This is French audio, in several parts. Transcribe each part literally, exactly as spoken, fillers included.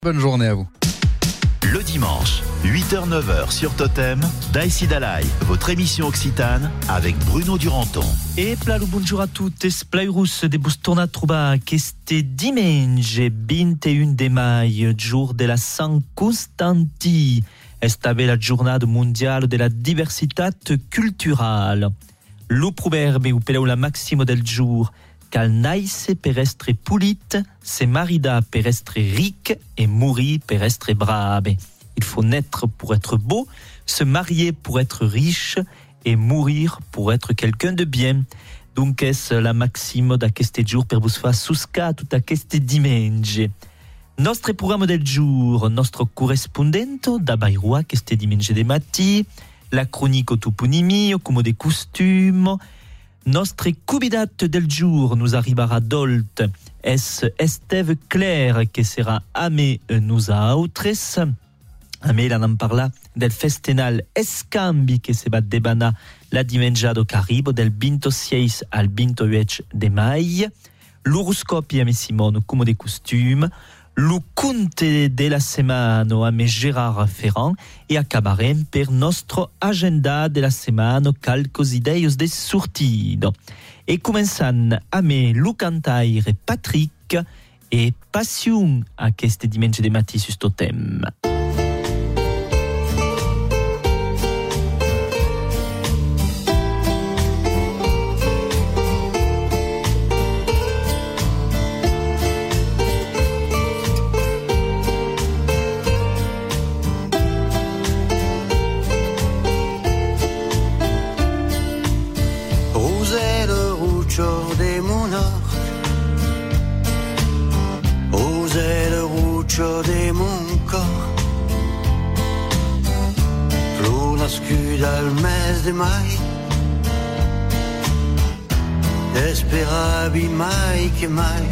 Bonne journée à vous. Le dimanche, huit heures neuf heures sur Totem, Daïsi Dalai, votre émission occitane avec Bruno Duranton. E plalo bonjour a tutti, splairus de bus torna a trobar este diumenge vinte-e-un de mai, jour de la Sant Constanti, esta bella giornata mondiale de la diversitat culturale. Lo proverbe o peleu la maximo del jour, cal naisse per estre pulit, se marida per estre ric et mourir per estre brave. Il faut naître pour être beau, se marier pour être riche et mourir pour être quelqu'un de bien. Donc est la maxime d'aqueste jour per vos fa susca tout aquest diumenge. Nostre programme del jour, nostro correspondente da Bairroa aquest diumenge de matí, la chronique au toponimi, comme des costumes. Nostre convidat del jour nous arrivera d'Olt, es Esteve Claire, que sera ame nous a autres. Ame la n'en parla del festenal Escambi, que se bat debana la dimenja do Caribo, del vinte-sei al vinte-huit de mai. L'horoscopi ame Simone, comme des costumes. Le conte de la setmana ame Gérard Ferrand e acabarem per nostro agenda de la setmana calcos ideios de sortido. E començant ame lo cantaire Patrick e passion aquest diumenge de matí sus Totem. De mon cor Flor nascut al mes de mai Esperavi mai che mai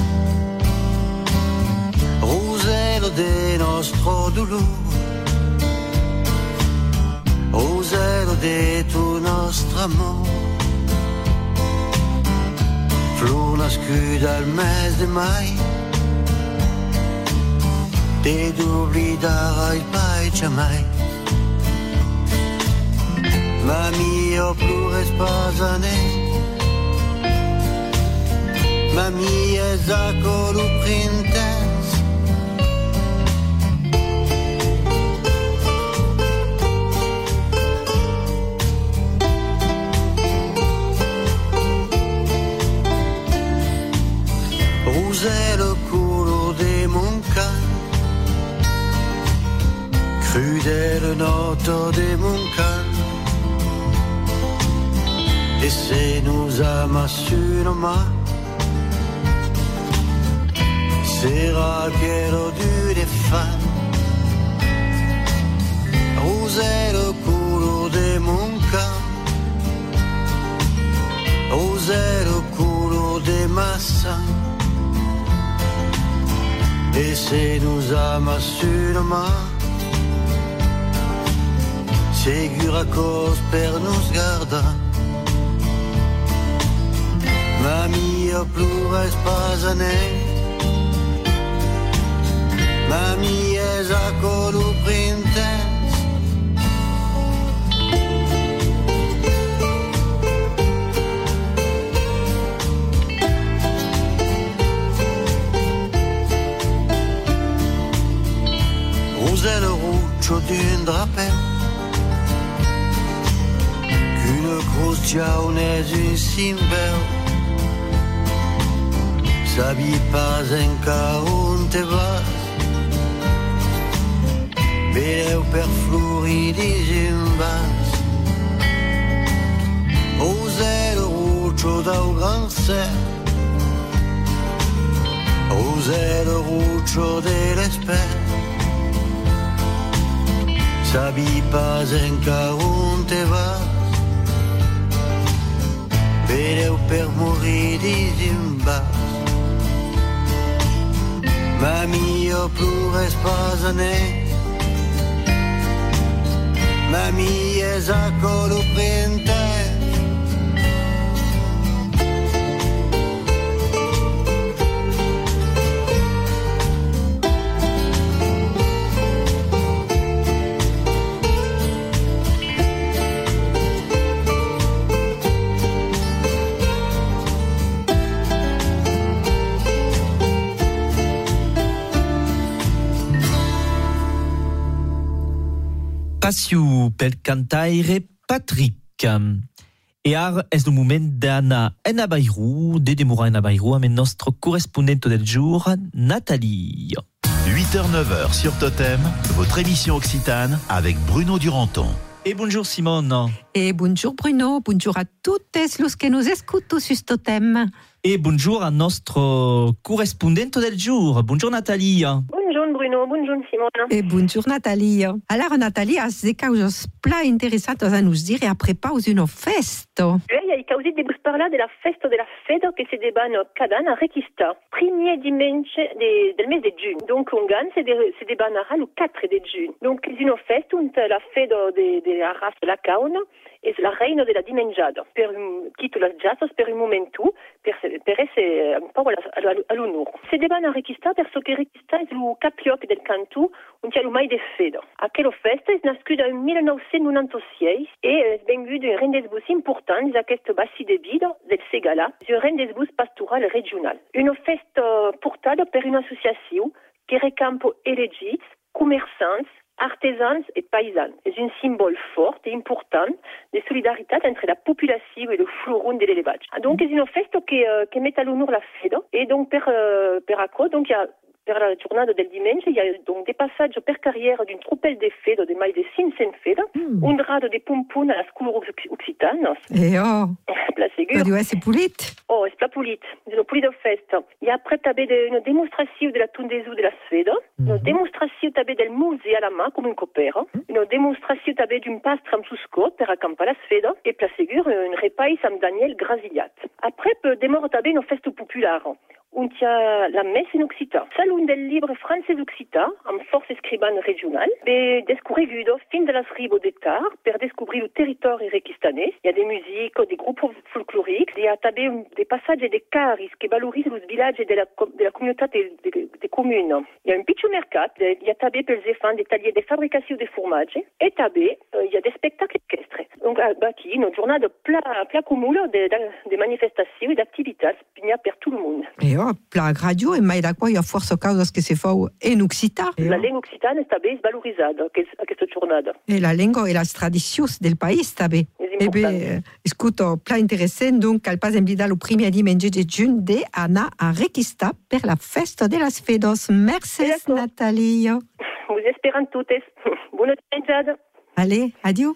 Roselo de nostro dolor Roselo de tu nostro amor Flor nascut al mes de mai Te t'oblidarai mai jamais Mamie, o plures pas ané Mamie, es acolo printens Rosé le color de mon can Crudele noto de mon can E se nous amassuno ma Sera quello du de fan Rosé le color de mon can Rosé le color de ma sang E se nous amassuno ma Segura cos per nos garda Mamie, o plures pas ané Mamie, es acolo printens Rosé le ruccio d'un drapel Ciao n'est une simbel Sabi pas encara on te vas Beleu per flori di gimbas Rosé le ruccio dau gran cel Rosé le ruccio dell'espert Sabi pas encara on te vas Beleu per morir di zimbas Mamie, o plures pas ané Mamie, es acolo printens Spaciu pel cantaire Patrick. E ara és el moment d'anar en Bayrou, de demorar en Bayrou amb el nostre correspondent del jour, Nathalie. huit heures neuf heures sur Totem, votre émission occitane avec Bruno Duranton. Et bonjour Simone. Et bonjour Bruno, bonjour à toutes los que nous écoutent sur Totem. Et bonjour à notre correspondente del jour. Bonjour Nathalie. Bonjour Bruno, bonjour Simone. Et bonjour Nathalie. Alors Nathalie, ha des causes pla interessantes a nous dire e a preparaus una festa. Lei ha causit de vos parlar de la festa de la feda che si deban cada an a Requista. Premier dimanche de, del mes de giugn. Donc on gagne, c'est de, c'est deban a le quatre de giugn. Donc c'est une festa unt la feda de, de la race de la cauna e la reina de la dimengiada. Per un titolo giasso per un momento, per, per essere un po' all'onore. Se deban a Requista perso che Requista è il capioc del cantu un c'è mai de feda. Aquella festa è nascuda in millenovecentonovantasei e è venguda un rendezvous important a questo bassi de vida del Segala, un rendezvous pastoral regional. Una festa portada per un'associazione che recampa elegits, commerçants, artisans et paysans. C'est un symbole fort et important de solidarité entre la population et le fleuron de l'élevage. Donc, c'est une fête qui, euh, qui met à l'honneur la fête. Et donc, per, euh, per accord, donc, il y a per la giornata del dimanche, il y a donc des passages per carrière d'une troupelle de fede, de mai de cinq cents fede, mm. un grado de pompon a la scuola occitana. E oh, la segur. Però è pulit. Oh, è pulit. C'est une pulit de festa. Il y a après tabé de, une démonstration de la tundesu de la sfeda, mm. une démonstration tabé del musée à la main comme un copère, mm. une démonstration tabé d'un pastre am suscot per accampa la sfeda, et la segur, un repai sam Daniel Grasiliat. Après, peut démor tabé une festa populaire. On tient la messe en occitan. Salon del livre français occitan, en force scribane régionale, mais descourigudo fin de las ribo de tar, per découvrir le territoire requistanais. Il y a des musiques, des groupes folkloriques, il y a tabé des passages des caris qui valorisent les villages de la, de la communauté des de, de communes. Il y a un petit mercat, il y a tabé per les enfants des taliers de fabrication de fromage, et tabé, euh, il y a des spectacles équestres. Donc, bah, qui, une journée de plat, plat commun de, de, de manifestations et d'activités, il y a per tout le monde. E oh, pla radio e mai da qua hi ha força causes che se fau en occità. La lingua occitana sta ben valorizzata a questa giornata. E la lingua e las tradicions del país també. E bé, escuto, pla interessant, donc, al pas emblida lo primer diumenge de juny de anar a Requista per la festa de las fedos. Merci, Nathalie. Vous esperant totes. Bona dimenjada. Allez, adieu.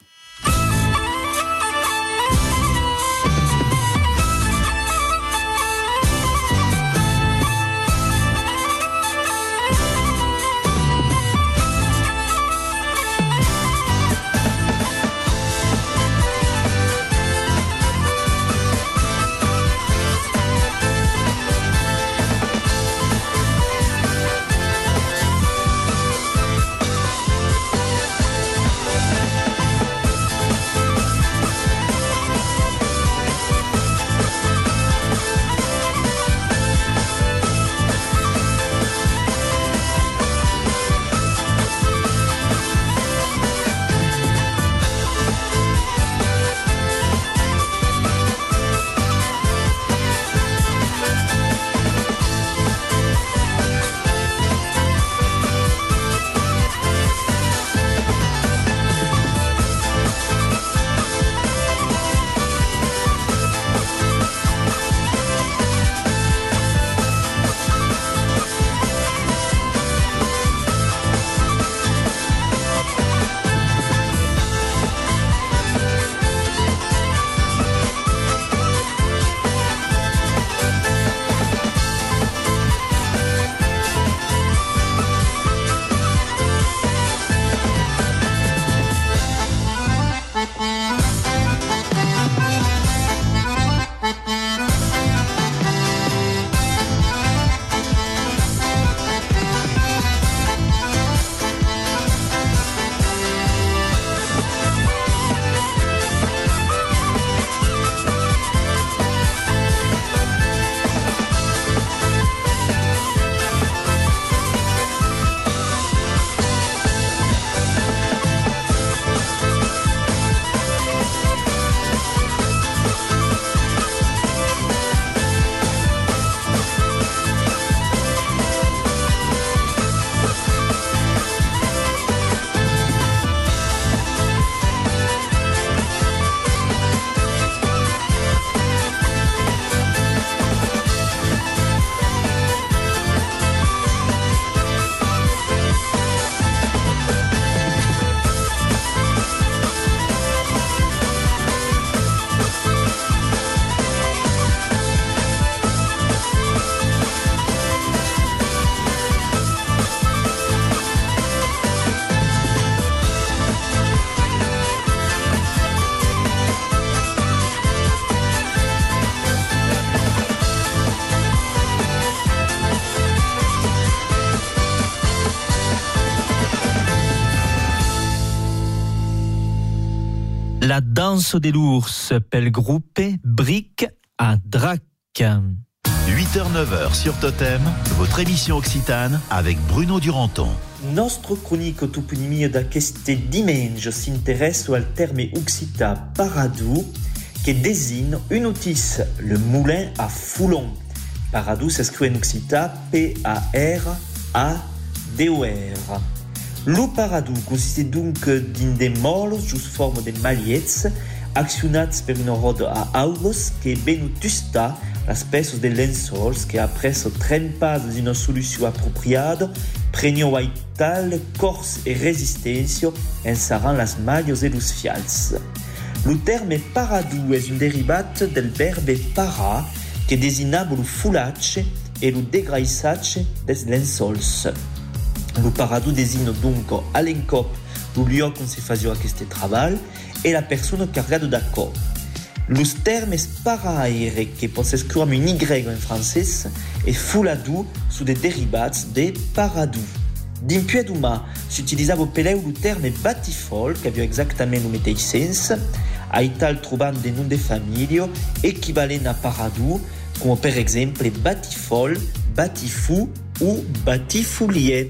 la danse de l'ours pel groupe Bric à Drac. huit heures neuf heures sur Totem, votre émission occitane avec Bruno Duranton. Nostro chronique toponymie d'aqueste dimanche s'intéresse au terme occitan paradou qui désigne une notice, le moulin à Foulon. Paradou s'écrit en occitan P A R A D O R. Le paradou consiste donc d'un des mols sous forme de malliettes actionnats per une roda à augos qui benutusta l'espèce de lençols que après se trempas dans une solution appropriée prenant vital corse et résistance en serrant las malles et los fials. Le terme paradou est un dérivat del verbe para qui désignava le foulage et le dégraissage des lençols. Le paradou désigne donc à l'encop le lieu où se faisait aquest travail et la personne cargada d'accord. Les termes paraire qui peuvent s'écrire avec une Y en français et fouladou sous des dérivats de paradou. D'un pied d'humain, s'utilisava au peleu le terme batifol qui avait exactement le même sens, à ital trouvant des noms de famille équivalents à paradou, comme par exemple batifol, batifou ou batifoulier.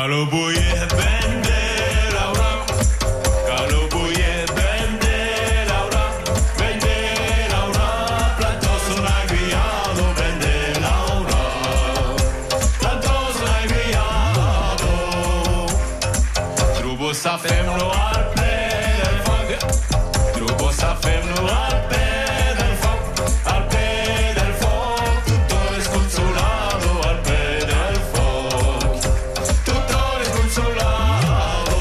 Sa fem-lo al ple del foc, trubo sa fem-lo al ple del foc, al ple del foc, tutto desconsolado, al ple del foc, tutto desconsolado.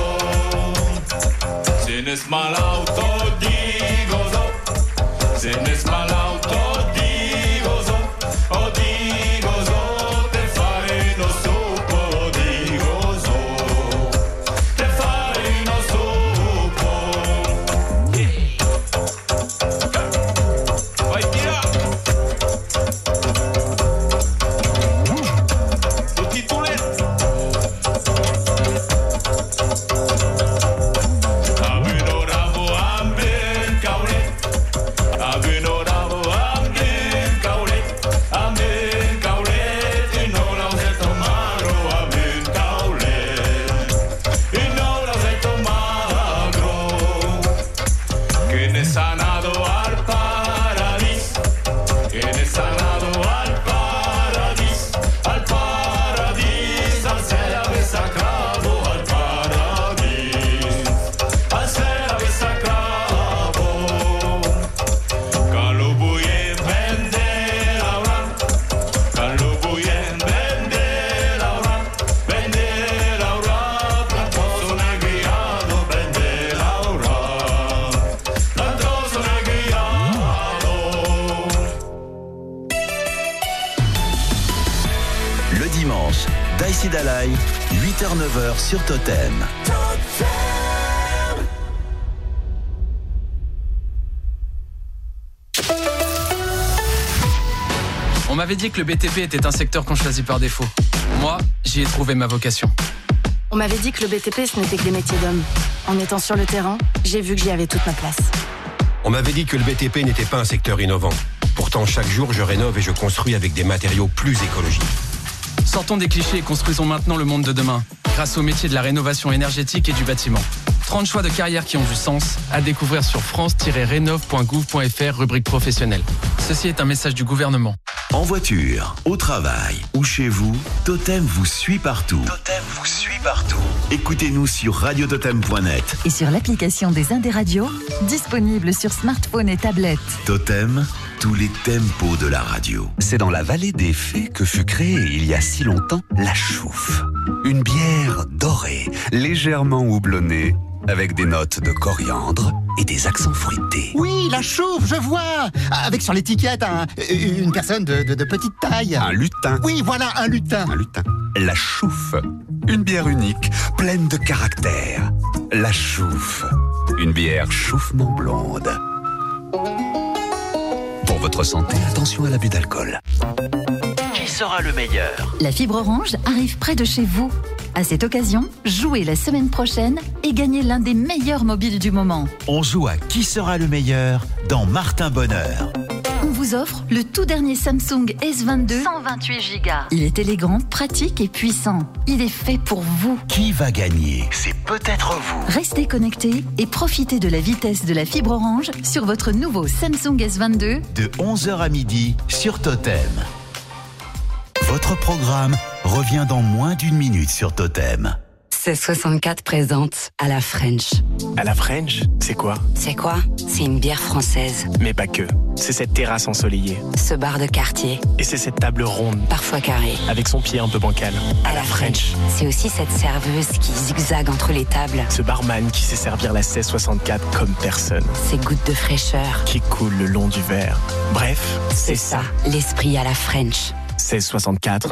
Se n'es malauto digoso, se n'es malauto digoso, o digoso, te fare no supo digoso. huit heures neuf heures sur Totem. On m'avait dit que le B T P était un secteur qu'on choisit par défaut. Moi, j'y ai trouvé ma vocation. On m'avait dit que le B T P, ce n'était que des métiers d'hommes. En étant sur le terrain, j'ai vu que j'y avais toute ma place. On m'avait dit que le B T P n'était pas un secteur innovant. Pourtant, chaque jour, je rénove et je construis avec des matériaux plus écologiques. Sortons des clichés et construisons maintenant le monde de demain, grâce au métier de la rénovation énergétique et du bâtiment. trente choix de carrière qui ont du sens, à découvrir sur france tiret rénov point gouv point f r, rubrique professionnelle. Ceci est un message du gouvernement. En voiture, au travail ou chez vous, Totem vous suit partout. Totem vous suit partout. Écoutez-nous sur radio totem point net. Et sur l'application des Indes radios, disponible sur smartphone et tablette. Totem, tous les tempos de la radio. C'est dans la vallée des Fées que fut créée il y a si longtemps la chouffe. Une bière dorée, légèrement houblonnée, avec des notes de coriandre et des accents fruités. Oui, la chouffe, je vois. Avec sur l'étiquette un, une personne de, de, de petite taille. Un lutin. Oui, voilà, un lutin. Un lutin. La chouffe, une bière unique, pleine de caractère. La chouffe, une bière chouffement blonde. Pour votre santé, attention à l'abus d'alcool. Qui sera le meilleur? La fibre orange arrive près de chez vous. À cette occasion, jouez la semaine prochaine et gagnez l'un des meilleurs mobiles du moment. On joue à qui sera le meilleur dans Martin Bonheur. On vous offre le tout dernier Samsung S vingt-deux cent vingt-huit giga. Il est élégant, pratique et puissant. Il est fait pour vous. Qui va gagner? C'est peut-être vous. Restez connectés et profitez de la vitesse de la fibre Orange sur votre nouveau Samsung S vingt-deux de onze heures à midi sur Totem. Votre programme revient dans moins d'une minute sur Totem. seize soixante-quatre présente à la French. À la French, c'est quoi? C'est quoi? C'est une bière française. Mais pas que. C'est cette terrasse ensoleillée. Ce bar de quartier. Et c'est cette table ronde. Parfois carrée. Avec son pied un peu bancal. À, à la French. C'est aussi cette serveuse qui zigzague entre les tables. Ce barman qui sait servir la seize soixante-quatre comme personne. Ces gouttes de fraîcheur. Qui coulent le long du verre. Bref, c'est, c'est ça. ça. L'esprit à la French. seize soixante-quatre.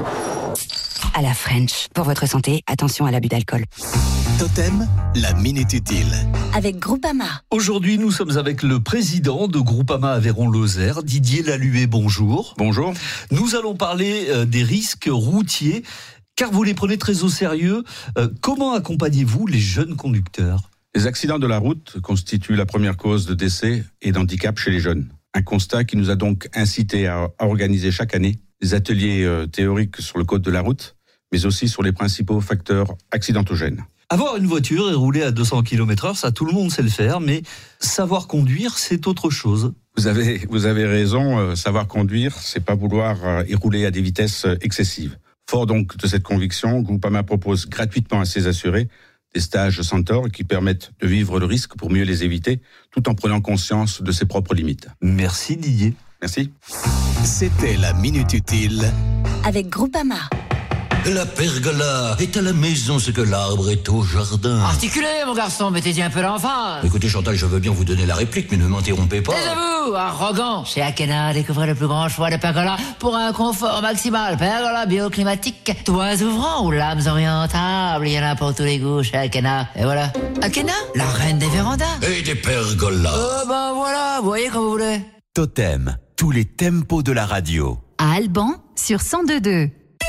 À la French. Pour votre santé, attention à l'abus d'alcool. Totem, la minute utile. Avec Groupama. Aujourd'hui, nous sommes avec le président de Groupama Aveyron-Lozère, Didier Lalué. Bonjour. Bonjour. Nous allons parler euh, des risques routiers, car vous les prenez très au sérieux. Euh, comment accompagnez-vous les jeunes conducteurs? Les accidents de la route constituent la première cause de décès et d'handicap chez les jeunes. Un constat qui nous a donc incité à, à organiser chaque année des ateliers euh, théoriques sur le code de la route, mais aussi sur les principaux facteurs accidentogènes. Avoir une voiture et rouler à deux cents kilomètres heure, ça tout le monde sait le faire, mais savoir conduire, c'est autre chose. Vous avez, vous avez raison, euh, savoir conduire, c'est pas vouloir euh, y rouler à des vitesses euh, excessives. Fort donc de cette conviction, Groupama propose gratuitement à ses assurés des stages Centaure qui permettent de vivre le risque pour mieux les éviter, tout en prenant conscience de ses propres limites. Merci Didier. Merci. C'était la Minute Utile. Avec Groupama. La pergola est à la maison ce que l'arbre est au jardin. Articulez, mon garçon, mettez-y un peu l'emphase. Écoutez, Chantal, je veux bien vous donner la réplique, mais ne m'interrompez pas. Taisez-vous, arrogant. Chez Akena, découvrez le plus grand choix de pergola pour un confort maximal. Pergola bioclimatique, toits ouvrants ou lames orientables. Il y en a pour tous les goûts chez Akena. Et voilà. Akena, la reine des vérandas. Et des pergolas. Euh, ben voilà, vous voyez comme vous voulez. Totem, tous les tempos de la radio. À Alban, sur cent deux deux.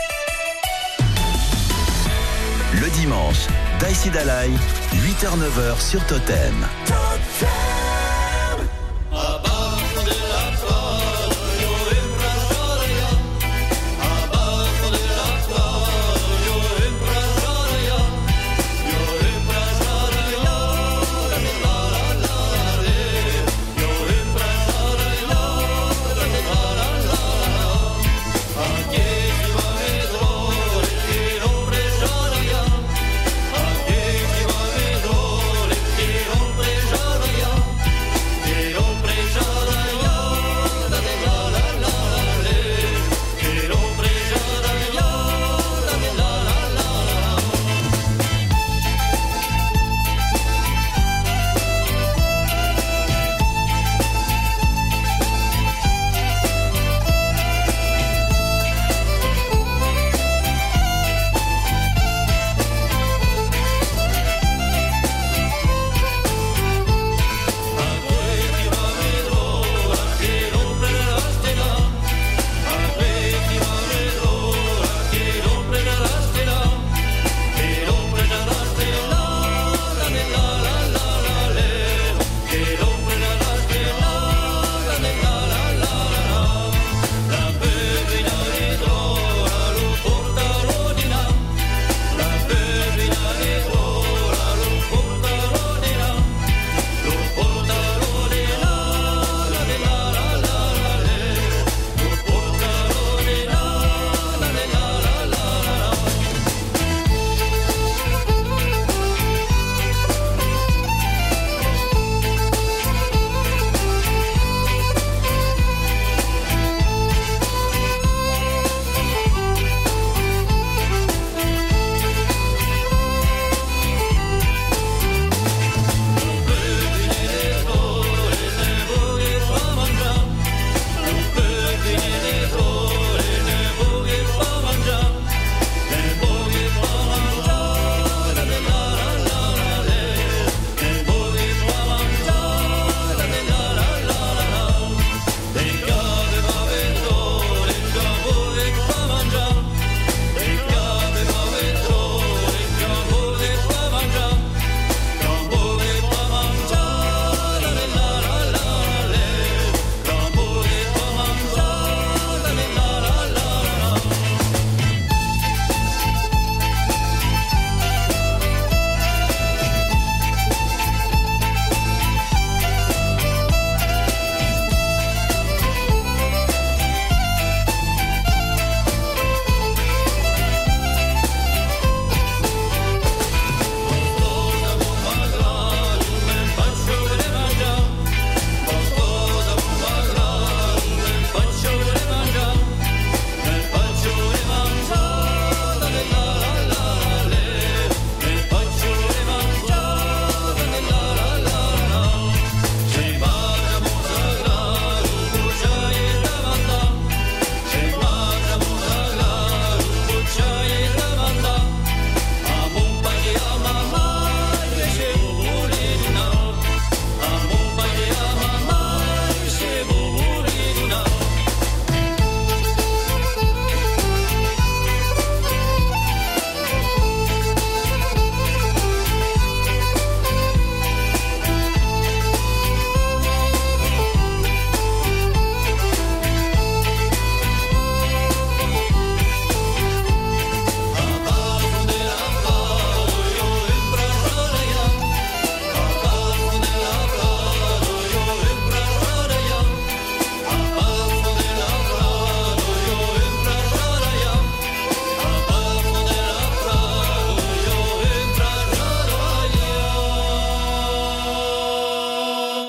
Le dimanche, Daïsi Dalai, huit heures neuf heures sur Totem. Totem.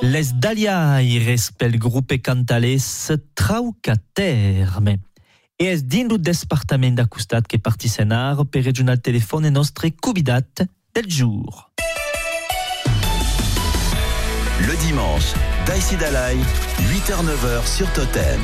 Les Daliaires pel gruppe cantales Traucaterme. E es din lo departament d'acostat que partisenar per regionar el telefon e nostre convidat del jour. Le dimanche, Daïsi Dalai, huit heures neuf heures sur Totem.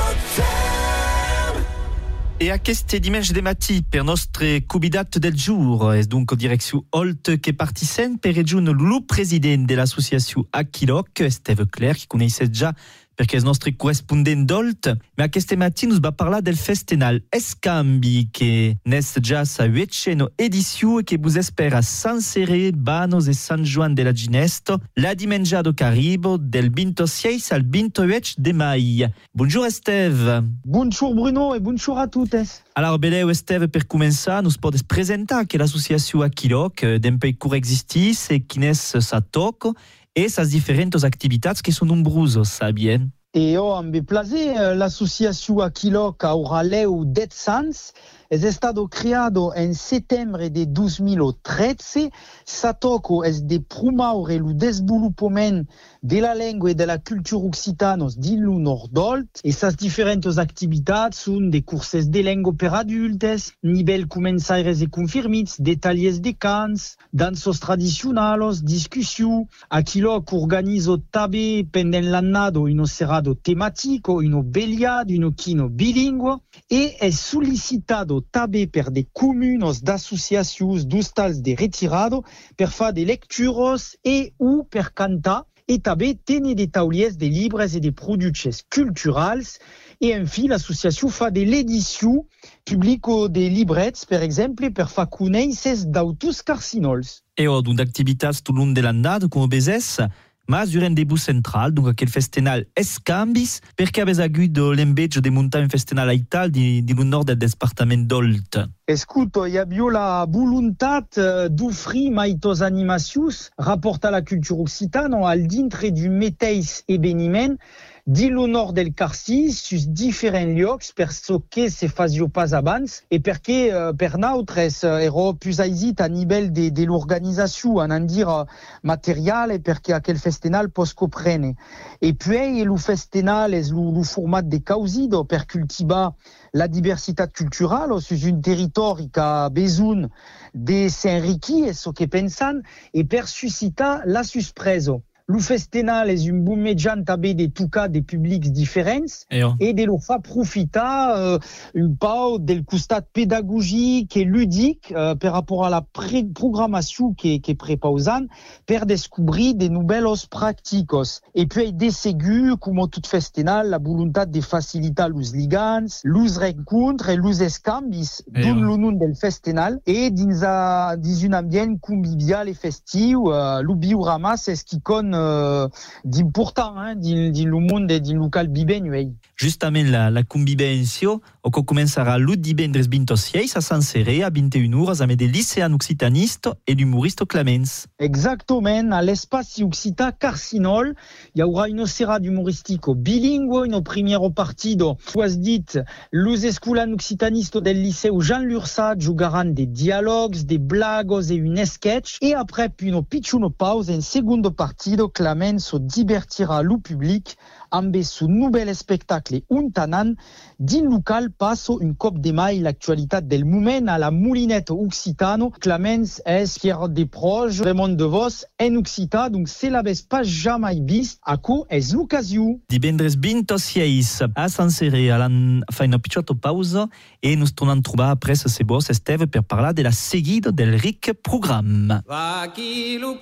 E aquest dimanche de matí per nostre convidat del jour és donc direcció Holt que partissent per regiun lo president de l'associació Aquiloc, Esteve Cler, que coneixes ja perquè és nostre correspondent d'Holt, ma aquest matí nos va parlar del festival Escambi, que n'és ja sa huitena edició e que vos espera a Sant Cere, Banos e Sant Joan de la Ginesto, la dimenja do Caribo, del veintiséis al veintihuit de mai. Bonjour Esteve. Bonjour Bruno e bonjour a totes. Alors, beleu Esteve, per començar, nos podes presentar que l'associació Aquiloc d'un pays cur existís e quin és sa toc e sas diferentes activitats que són nombroses, sabien? E oh, amb placer, l'associació Aquiloc aurà leu dez anys. Es estado creado en septiembre de dos mil trece. Sa toco es de promoure el desenvolupament de la lengua e de la cultura occitanos dins lo Nord-Holt. Esas diferentes activitats són de curses de lengua per adultes, nivell començaires e confirmits, de tallers de cants, dansos tradicionals, discussió. Aquiloc organiza també pendent l'annado un serrado tematico, un beliad, un kino bilingüe e es sollicitado també per de comunes d'associacions d'hostals de retirado per fer de lectures e ou per cantar e també tenir de tauliers de llibres e de productes culturals. E en fi, l'associació fa de l'edició publica de llibrets, per exemple, per fer conèixer d'autors carcinols. E o d'un d'activitats tot l'un de l'annada, com obesès, mas durant debut central, donc aquel festival Escambis, perquè avès agut l'enveig de muntar un festival a Ital di, di lo nord del departament d'Holt. Escuto, hi havia la voluntat d'offrir maitos animacions rapport a la cultura occitana al dintre d'un mateix eveniment dins lo nord del Carcis, sus diferents llocs, per so que se fazio pas abans, e perquè uh, per nautres uh, ero plus aisit a nivell de, de l'organització, en en dir uh, material, e perquè aquel festival pos comprene. E puis, lo festival és lo, lo format de causido per cultivar la diversitat cultural sus un territori que ha besoin de s'enriquir, és so que pensan, e per suscitar la suspreso. Lo festival és un bon mitjan també de tocar de públics diferents e de lo fa profitar uh, un pau del costat pedagògic e ludic uh, per rapport a la programmació que, que prepausan per descobrir de nouvelles pràctiques. E puis de segur, com tot festival, la voluntat de facilitar los ligants, los rencontres e los escambis d'un lo nom del festival e dins, a, dins un ambient convivial e festiu, uh, lo biorama és qui con Uh, d'important hein, dins, dins le món dins le local bibenuell. Justament la, la convivència o que començarà l'u divendres vint-i-sis a Sant Cere a vint i una hores amb el licean occitanista e l'humorista Clemens. Exactament, a l'espaci occità Carcinol hi haurà una serrada humorístico bilingüe, un primer partido, tu has dit, los escolan occitanistes del liceu Jean Lursat jugaran de dialogues, de blagos e un sketch, e après una pitjuna pausa en segundo partido Clemens se divertirà lo public amb su nouvel espectacle untanan dins local passo un cop de mai l'actualitat del moment a la Moulinette Occitano. Clemens és fier de proche, vraiment de vos en occità, donc se l'avès pas jamais vist, aco és l'ocasió. Divendres vint-i-sis a Sant Cere fa una pitjota pausa e nos tornem a trobar après se vos, Esteve, per parlar de la seguida del ric programma. Va qui lo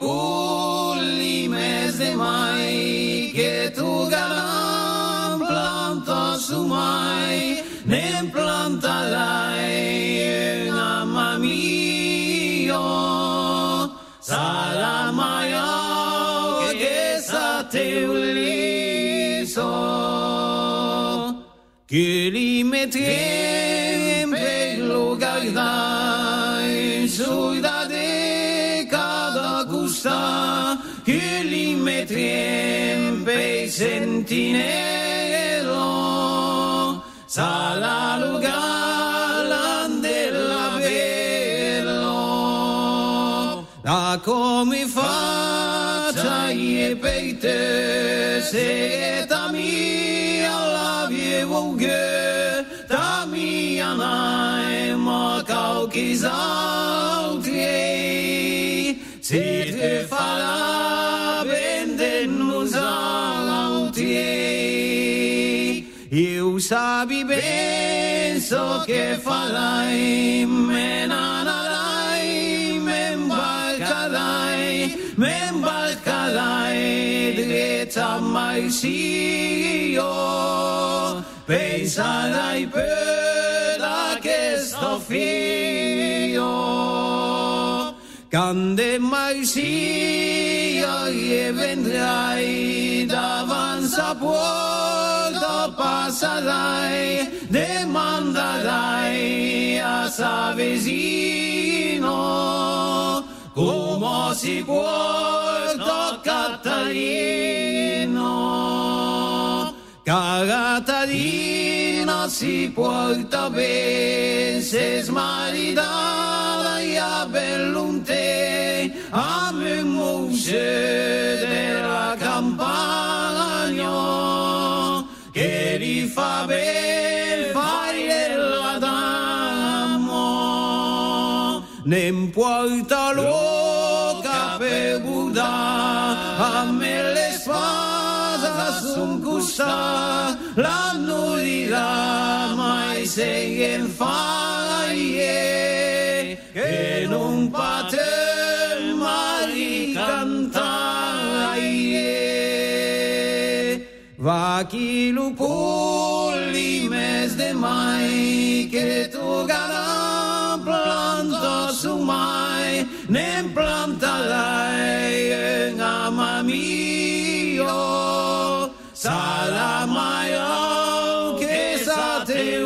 pulli mes de mai que tu galan planta su mai nem planta lai mamma mia salamaya che sa te uliso che li metem per lo gardai su da de cada gusta che li metem per sentinello sala lugalan della bello da come fa taie peite se tami alla vievuge tami anai ma caukizauti si te farà bende nos auti io sabi ben so che farai menanarai membarcarai membarcarai dritta mai sì io pensarai per da che sto figlio quando mai sì io vendrai davanti a porta passerai demanderai a sa vicino come si porta Catarino Catarina si porta bene se smaritata e a bellunte a me musce della campagna che li fa bene fare la dama ne porta loca per Buddha a me le spase son custa la nulla mai se in faie che non pate mai cantaie va chi lo pulli mes de mai che tu gara planta su mai ne planta lei en amamio salamayo che sa te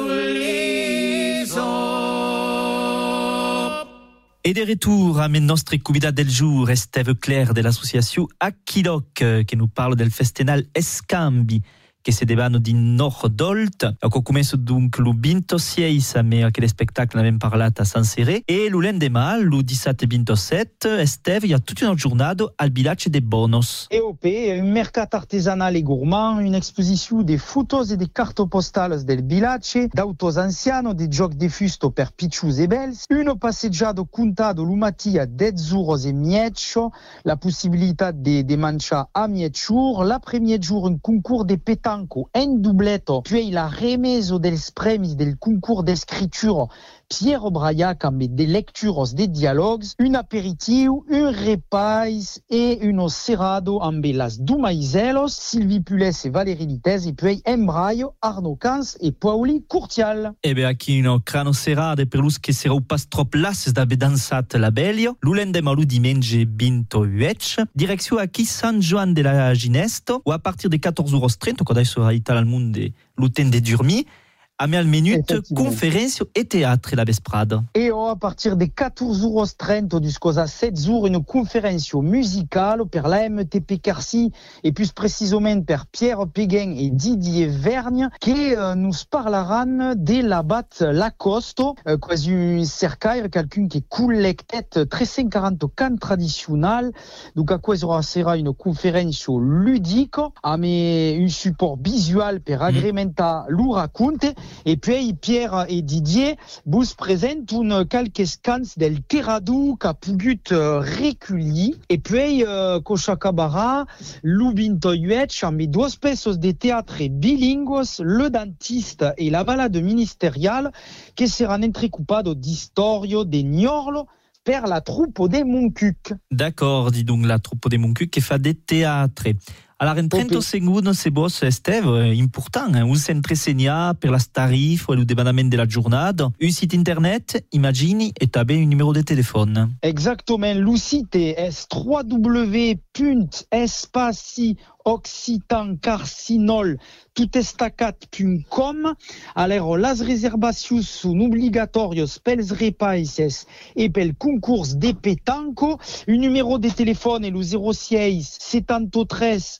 Et de retour à notre convidat del jour, Esteve Claire de l'association Aquilok, qui nous parle del festival Escambi, che si devano di Nord-Olt. Ho cominciato dunque il ventisei, ma che spectacle ne abbiamo parlato a Sansere. E il lendemain, il diciassette e ventisette, Esteve, il y a toute une journée al village de Bonos. E O P, un mercato artisanale et gourmand, une exposition des photos et des cartes postales del village, d'autos anciano, des giochi di fusto per piccius e bells, une passeggiata contado lumati a dez euros e mieccio, la possibilità de, de mangiare a miecciur, la premier jour un concours de pétanque en doubletto, puis la remise des premis del concours d'escriture Pierre Braillac avec des lectures, des dialogues, un apéritif, un repas et un serrado avec las Dumaizelos, Sylvie Pules et Valérie Litez, et puis Embraio, Arnaud Cans et Pauli Courtial. E beh, aquí no crano serrade per lus che serau pas trop lasses da bedansat la Belio, l'ulendema lu dimenje binto uec, direction aquí San Joan de la Ginesto, ou à partir de quatorze euros trenta, quand adesso aital al monde l'uten de Durmi, a me al minute conferenza e teatro la vesprada. Et oh, à partir de quatorze euros trenta jusqu'à sept jours, une conférence musicale per la M T P Carcy et plus précisément per Pierre Péguin et Didier Vergne qui euh, nous parleront de la batte Lacoste, euh, quasi un cercaire, quelqu'un qui collecte très cent quarante cants traditionnels. Donc à quoi sera une conférence ludique, avec un support visuel per agrémenta mmh. lu raconte. Et puis Pierre et Didier vous présentent une quelques scans del Terradou qu'a pogut euh, recueilli. Et puis euh, Cochacabara, Lubinto Yuech, avec deux pesos de théâtre bilingues, le dentiste et la balade ministériale, qui seront entrecoupades d'historio de Niorlo per la troupe des Moncuc. D'accord, dis donc la troupe des Moncuc qui fait des théâtres. Alors, en trenta secondi, c'est beau, Esteve, important. Hein? Un centre segna per las tarifes et le débanament de la journée. Un site internet, immagini, et tabe un numéro de téléphone. Exactement. Le site est w w w point espaci occitan carcinol tout estacat point com. Alors, las reservations sont obligatoires pels repaises et pel concours de pétanque. Un numéro de téléphone est le zéro six soixante-treize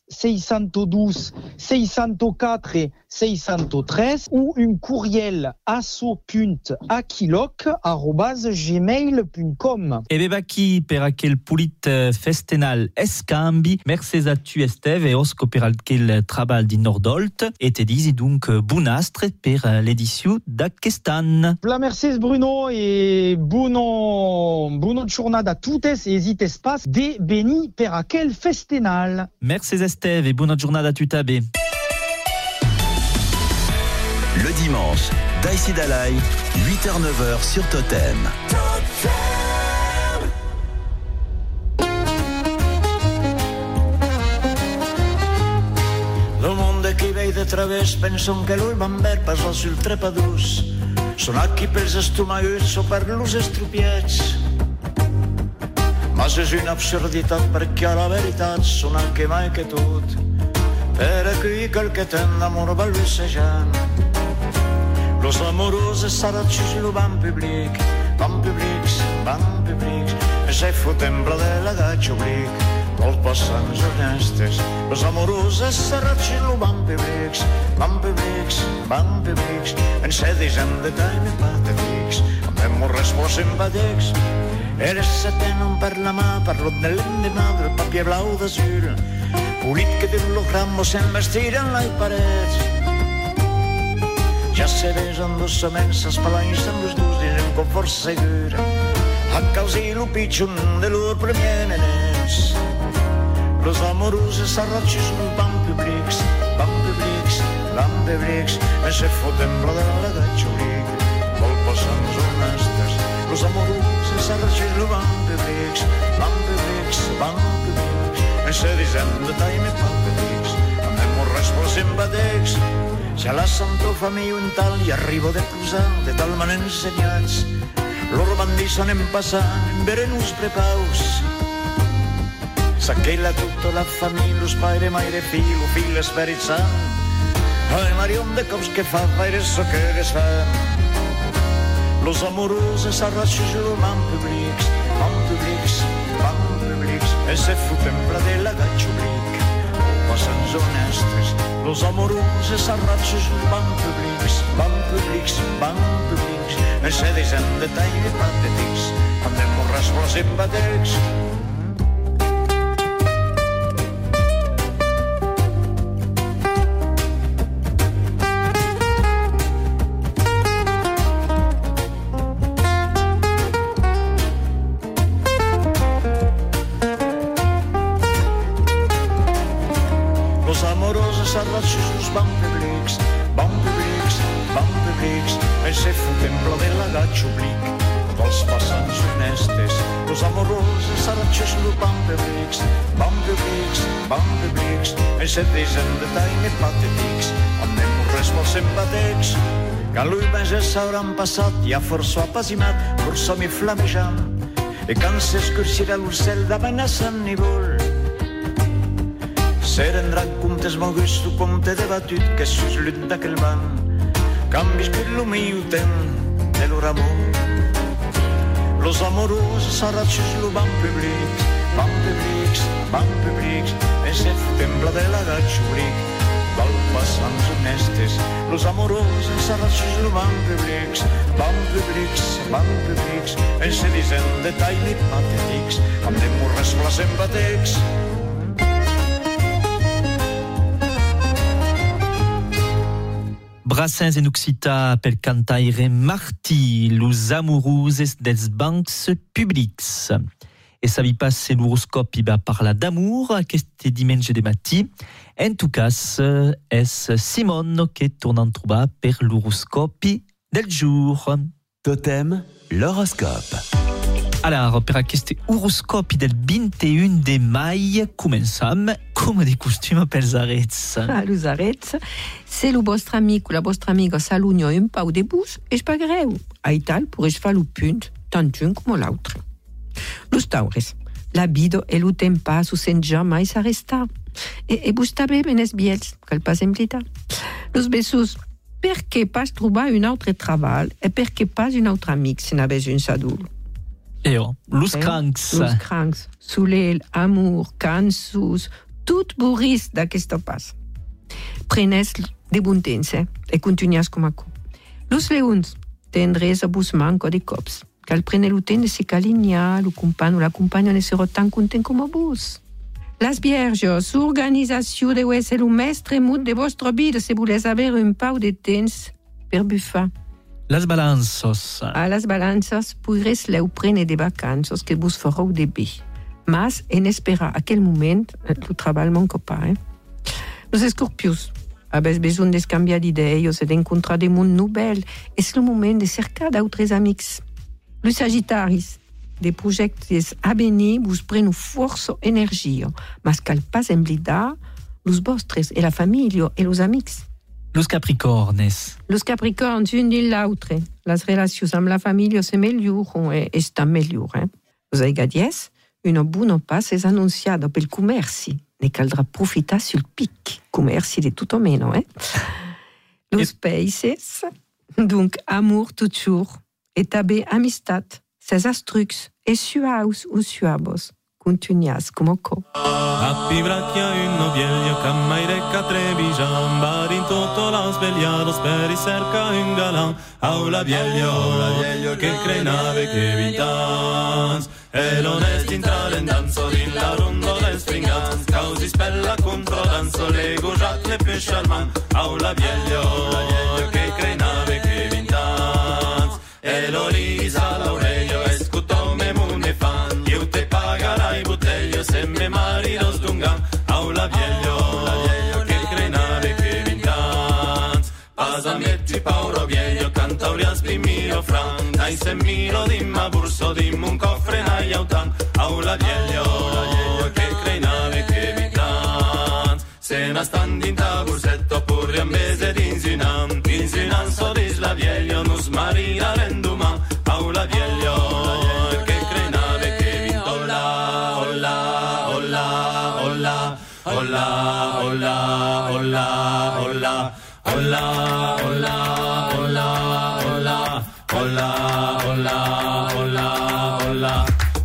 six cent douze, six cent quatre et six cent treize ou un courriel asso.aquiloc arobase gmail point com. E beba chi per aquel pulit festenal escambi, mercés a tu Esteve e osco per aquel trabal di Nordolt, e te disi donc bunastre per l'edition d'aquestan. La mercés Bruno e buono, buono giornata a tuttes e esites pas de beni per aquel festenal. Mercés Esteve e buona giornata a tutabe. Le dimanche, Daïsi Dalai, huit heures neuf heures sur Totem. Lo mondo che vei de través penson che lui van ver passar sul trepadús. Són aquí pels estomauts o per los estrupiets. Mas és una absurditat perquè a la veritat són anche mai che tot. Per aquí quel que ten d'amor balbucejant. Los amorosos saracís lo van public, van publics, van publics, e se fotem-la de la gatxa oblic, els passants honestes. Los amorosos saracís lo van publics, van publics, van publics, en se disen de time patètics, amb hemorres molt simpàtics. Eres setè non per la mà, parlo de l'endemà del papier blau d'azul, polit que d'hologramo se'n vestiren les parets. Ja se besen dolçament s'espalaïs amb los dos dins un confort segur, a causa lo pitjor de lor premier nenets. Los amorosos arrachis van publics, van publics, van publics, en se fotem-la de la gatxa oblic, vol passants honestes. Los amorosos arrachis van publics, van publics, van publics, en se disen de time patètics, amb hemorres molt simpàtics. Ja la santo família un tal i arribo de posar de tal manera ensenyats. Loro bandisson en passant, en verenus prepaus. S'aquella tutta la família, los paire, maire, fill, fill, esperit sant. Ai, Marion de cops que fa, paire, so que es fan. Los amorosos arrachis lo van publics, van publics, van publics, e se fotem-la de la gatxa oblic, passants honestes. Los amorosos arrachis van publics, van publics, van publics, e se disen de time patètics, amb hemorres molt simpàtics. Arrachis van publics, van publics, van publics, e se fotem-la de la gatxa oblic, dels passants honestes. Los amorosos arrachis van publics, van publics, van publics, e se disen de time patètics, amb hemorres molt simpàtics. Quand l'ull més s'hauran passat, ja força apasimat, força mi flamejant, e quand s'escurcirà l'ocell d'amenaçant nivol, se rendran comptes moguts tu compte debatut que sus l'un d'aquel banc qu'han viscut lo meu temps de leur amor. Los amorosos arrachis lo van publics, van publics, van publics, e se fotem-la de la gatxa oblic, val passants honestes. Los amorosos arrachis lo van publics, van publics, van publics, e se disen de time patètics, amb hemorres molt simpàtics. Brassens en Occità pel cantaire Martí, los amourouses dels bancs publics. E savi pas se l'horoscopi va parlar d'amour aquest diumenge de matí. En tout cas, és Simon que torna a trobar per l'horoscopi del jour. Totem, l'horoscope. Alors, per aquest horoscopi del vint i un de mai, començam, com de costum, pels arets. Ah, los arets, se el vostre amic o la vostra amiga s'allunya un pau de bus, és pas greu. Ai tal, pourrais fer el punt, tant un com l'altre. Los taures, la vida e lo temps pas sen jamais s'arrestar. E, e vos també ben es biels, cal pas emplitar. Los bessos, perché pas trobar un altre treball e perché pas un altre amic si n'avès un sadul. Eo, los crancs. Los crancs, soleil, amour, cansos, tot buris d'aquesta pas. Prenes de bon temps, eh? E continuas com acu. Los leons tendres a bus manco de cops. Cal prene lo temps de se calignar, lo compagno o la compagna ne serà tan content com a bus. Las vierges, organizació deu ésser lo mestre mut de vostra vida se voles haver un pau de temps per bufar. Las balanços. A las balanças podres leu prene de vacances que vos fareu de bé. Mas en esperar aquel moment, lo treball manca pas. Eh? Los escorpius, habes besoin d'escanviar d'ideies e d'encontrar de món novel. És el moment de cercar d'autres amics. Los sagitaris, de projectes a venir vos prenu força energia, mas cal pas emblidar los vostres e la família e los amics. Los capricornes. Los capricorns, un din l'altre. Las relacions amb la família se melhoren e estan millor. Eh? Los aigadies, una bona pas és anunciada pel comerci. Ne caldrà profitar sul pic. Comerci de tot o meno. Eh? Los peixes, donc amour toujours, e també amistat. Ses astrucs e suaus o suabos, continuas como co. Appi bracchia un nobielio, cammaire catrevigian, bar in tutto la svegliados per cerca un galan. Aula bielio, aula bielio, che crenave che vitans. E l'onesti entrare in danzo, din la rondola e springans. Causi spella contro danzo, le gojat le più charmant. Aula bielio, aula bielio, che crenave che vitans. E l'orisa, l'Aurelio, escuto me mune fan. Io te pagarai butelio, se me maridos dungan. Aula bielio, aula bielio, che crenave che vintans. Pasametti pauro bielio, cantaurias primiro fran. Dai se milo dimma burso, dimma un cofre nai autan. Aula bielio, aula bielio, che crenave che vintans. Se na standi in tabursetto, pure ambese d'insinan. D'insinan so dis la bielio, nus marina renduman. Aula bielio, che crenave che vinto. Olla, olla, olla, olla, olla, olla, olla, olla, olla, olla, olla, olla, olla, olla, olla, olla.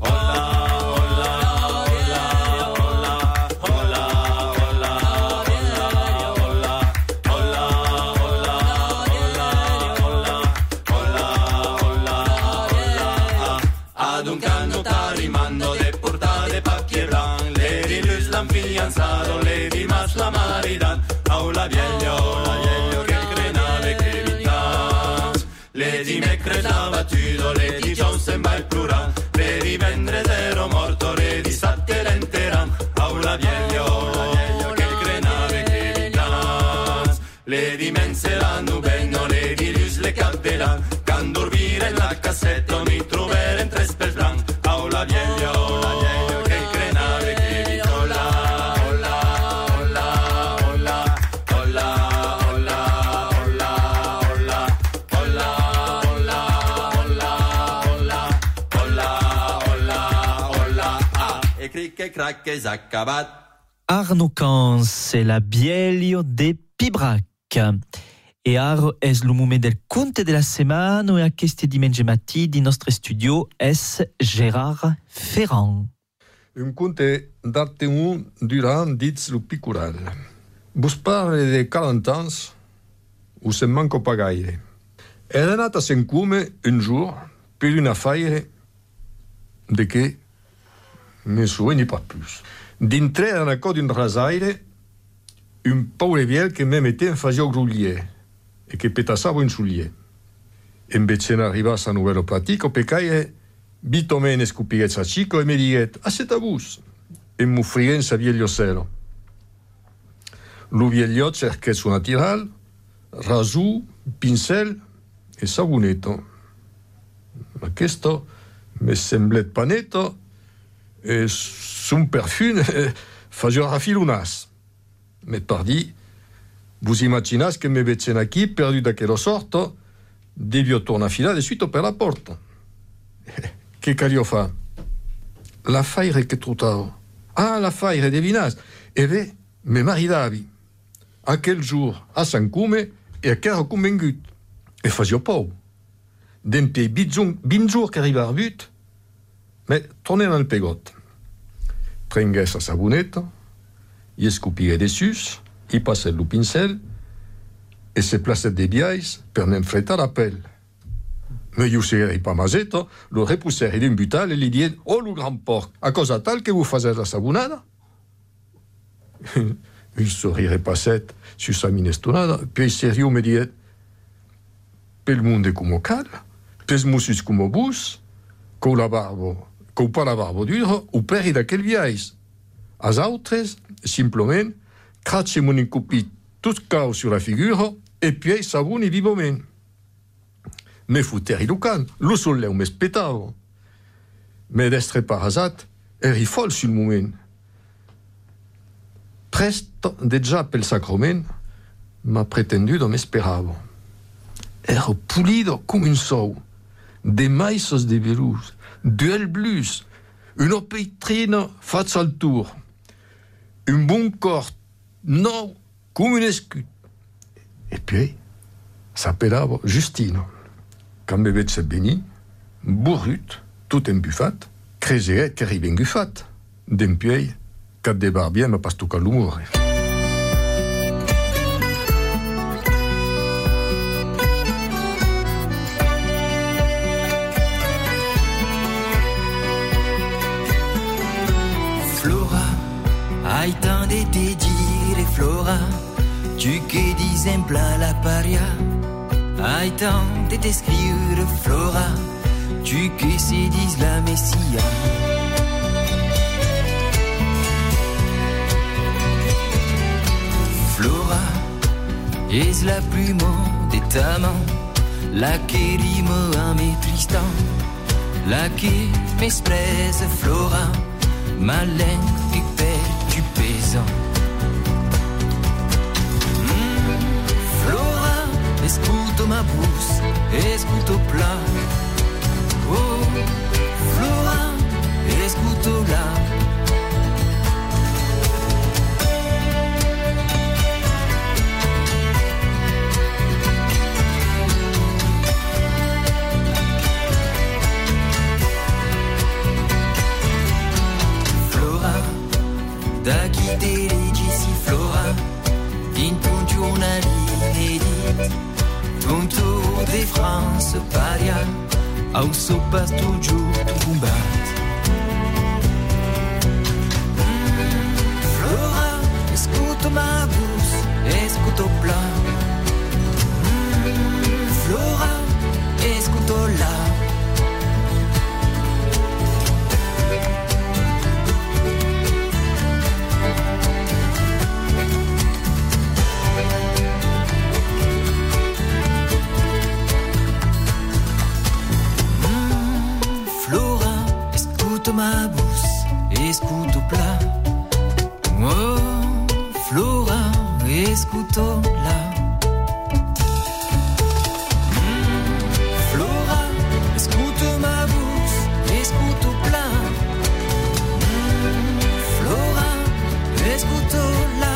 Fianzado, le dimas la maridad. Aula bielio, aula bielio, che crenave che vitans. Le di me credava tudo, le di John sembra il plural. Le di vendre zero morto, le di satte renteran. Aula bielio, aula bielio, che crenave che vitans. Le di menseranno benno, le di lus le cadderan. Can dormire in la cassetto mi trovere in tre speslan. Aula bielio, aula bielio, che crenave che che crac es acabat. Arno Cans, c'est la bielio de Pibrac. E aro es lo moment del conte della settimana e a questi dimanche mattina di nostro studio es Gérard Ferrand. Un conte d'arte un durant dits lo picural. Vos parle de quaranta ans, o se manco pa gaire. Era anat a Sencume un jour per una faire de che ne souviens pas plus. Dintre en accord d'un rasaire, un pauvre vieux que me mettait en faisait grullier et que pétassava un soulier. Invece n'arriva sa nouvelle pratique, pecaire, bitome ne scupiguet sa chico e me diguet, a cet abus, e m'offriguent sa vieglio cero. Lo viegliot cerquet su natural, rasù, pincel e sabuneto. Questo me semblet paneto, et son parfum faisait rafilunas. Mais pardi, vous imaginez que me vetzen aquí, perdu d'aquello sorto, devio torna a filar de suite per la porta. Che calio fa? La faire che trotao. Ah, la faire de vinas. E ve, me maridavi. Aquel jour, a San Cume, e a caro convengut. E fazio pou. Dente bin jour che arriva a but, mais tornem al pegot. Prengués sa saboneta, il escupira dessus, il passait le pincel et se plaçait des biais per ne fretar la pelle. Mais io serei pas masetto, lo repoussèrent d'un butal et lui dit « Oh, le grand porc, à cause de tal que vous faites la sabonada ?» Il sourirait passait sur sa minestonada, puis sérieux me dit « Pel monde come cal, pes mussus come bus, con la barbo, con pas la barbo duro, ou peri d'aquel viais. As autres, simplement, cratche mon incupi tout cau sur la figure, et puis savoni vivament. Me fouteri lo can, lo solleu m'espetavo. Me d'estre parasat, eri fol sul moment. Presto, déjà pel sacrament, m'a pretendu de m'esperavo. Ero pulido come un sou, de maïsos de velus, duel blues, une peitrina fatta al tour, un bon corps, nou, come un escut. Et puis, s'appellava Justino. Quand me veig veni, burrut, tout embuffat, creseet que arrive engufat. D'empiei, cap de barbier m'a pas tocat l'humour. Flora, hai tant de te dire, Flora, tu che dis en plein la paria. Hai tant de t'escrire, Flora, tu che se dis la messia. Flora, es la plume de ta main, la che rime à mes tristans, la che m'expresse, Flora, ma langue qui perd du pesant. Escuto ma bouche, escuto plat. Oh, Flora, escuto là. Flora, da chi te leggi Flora, in ton giornale inedit. Ton tour de France paria, au so pas toujours tu combat. Mm, Flora, escuto ma bouche, escuto plat. Mm, Flora, escuto là. Ma bouche, escuto plat. Oh, Flora, escuto là. Mm, Flora, escuto ma bouche, escuto plat. Mm, Flora, escuto là.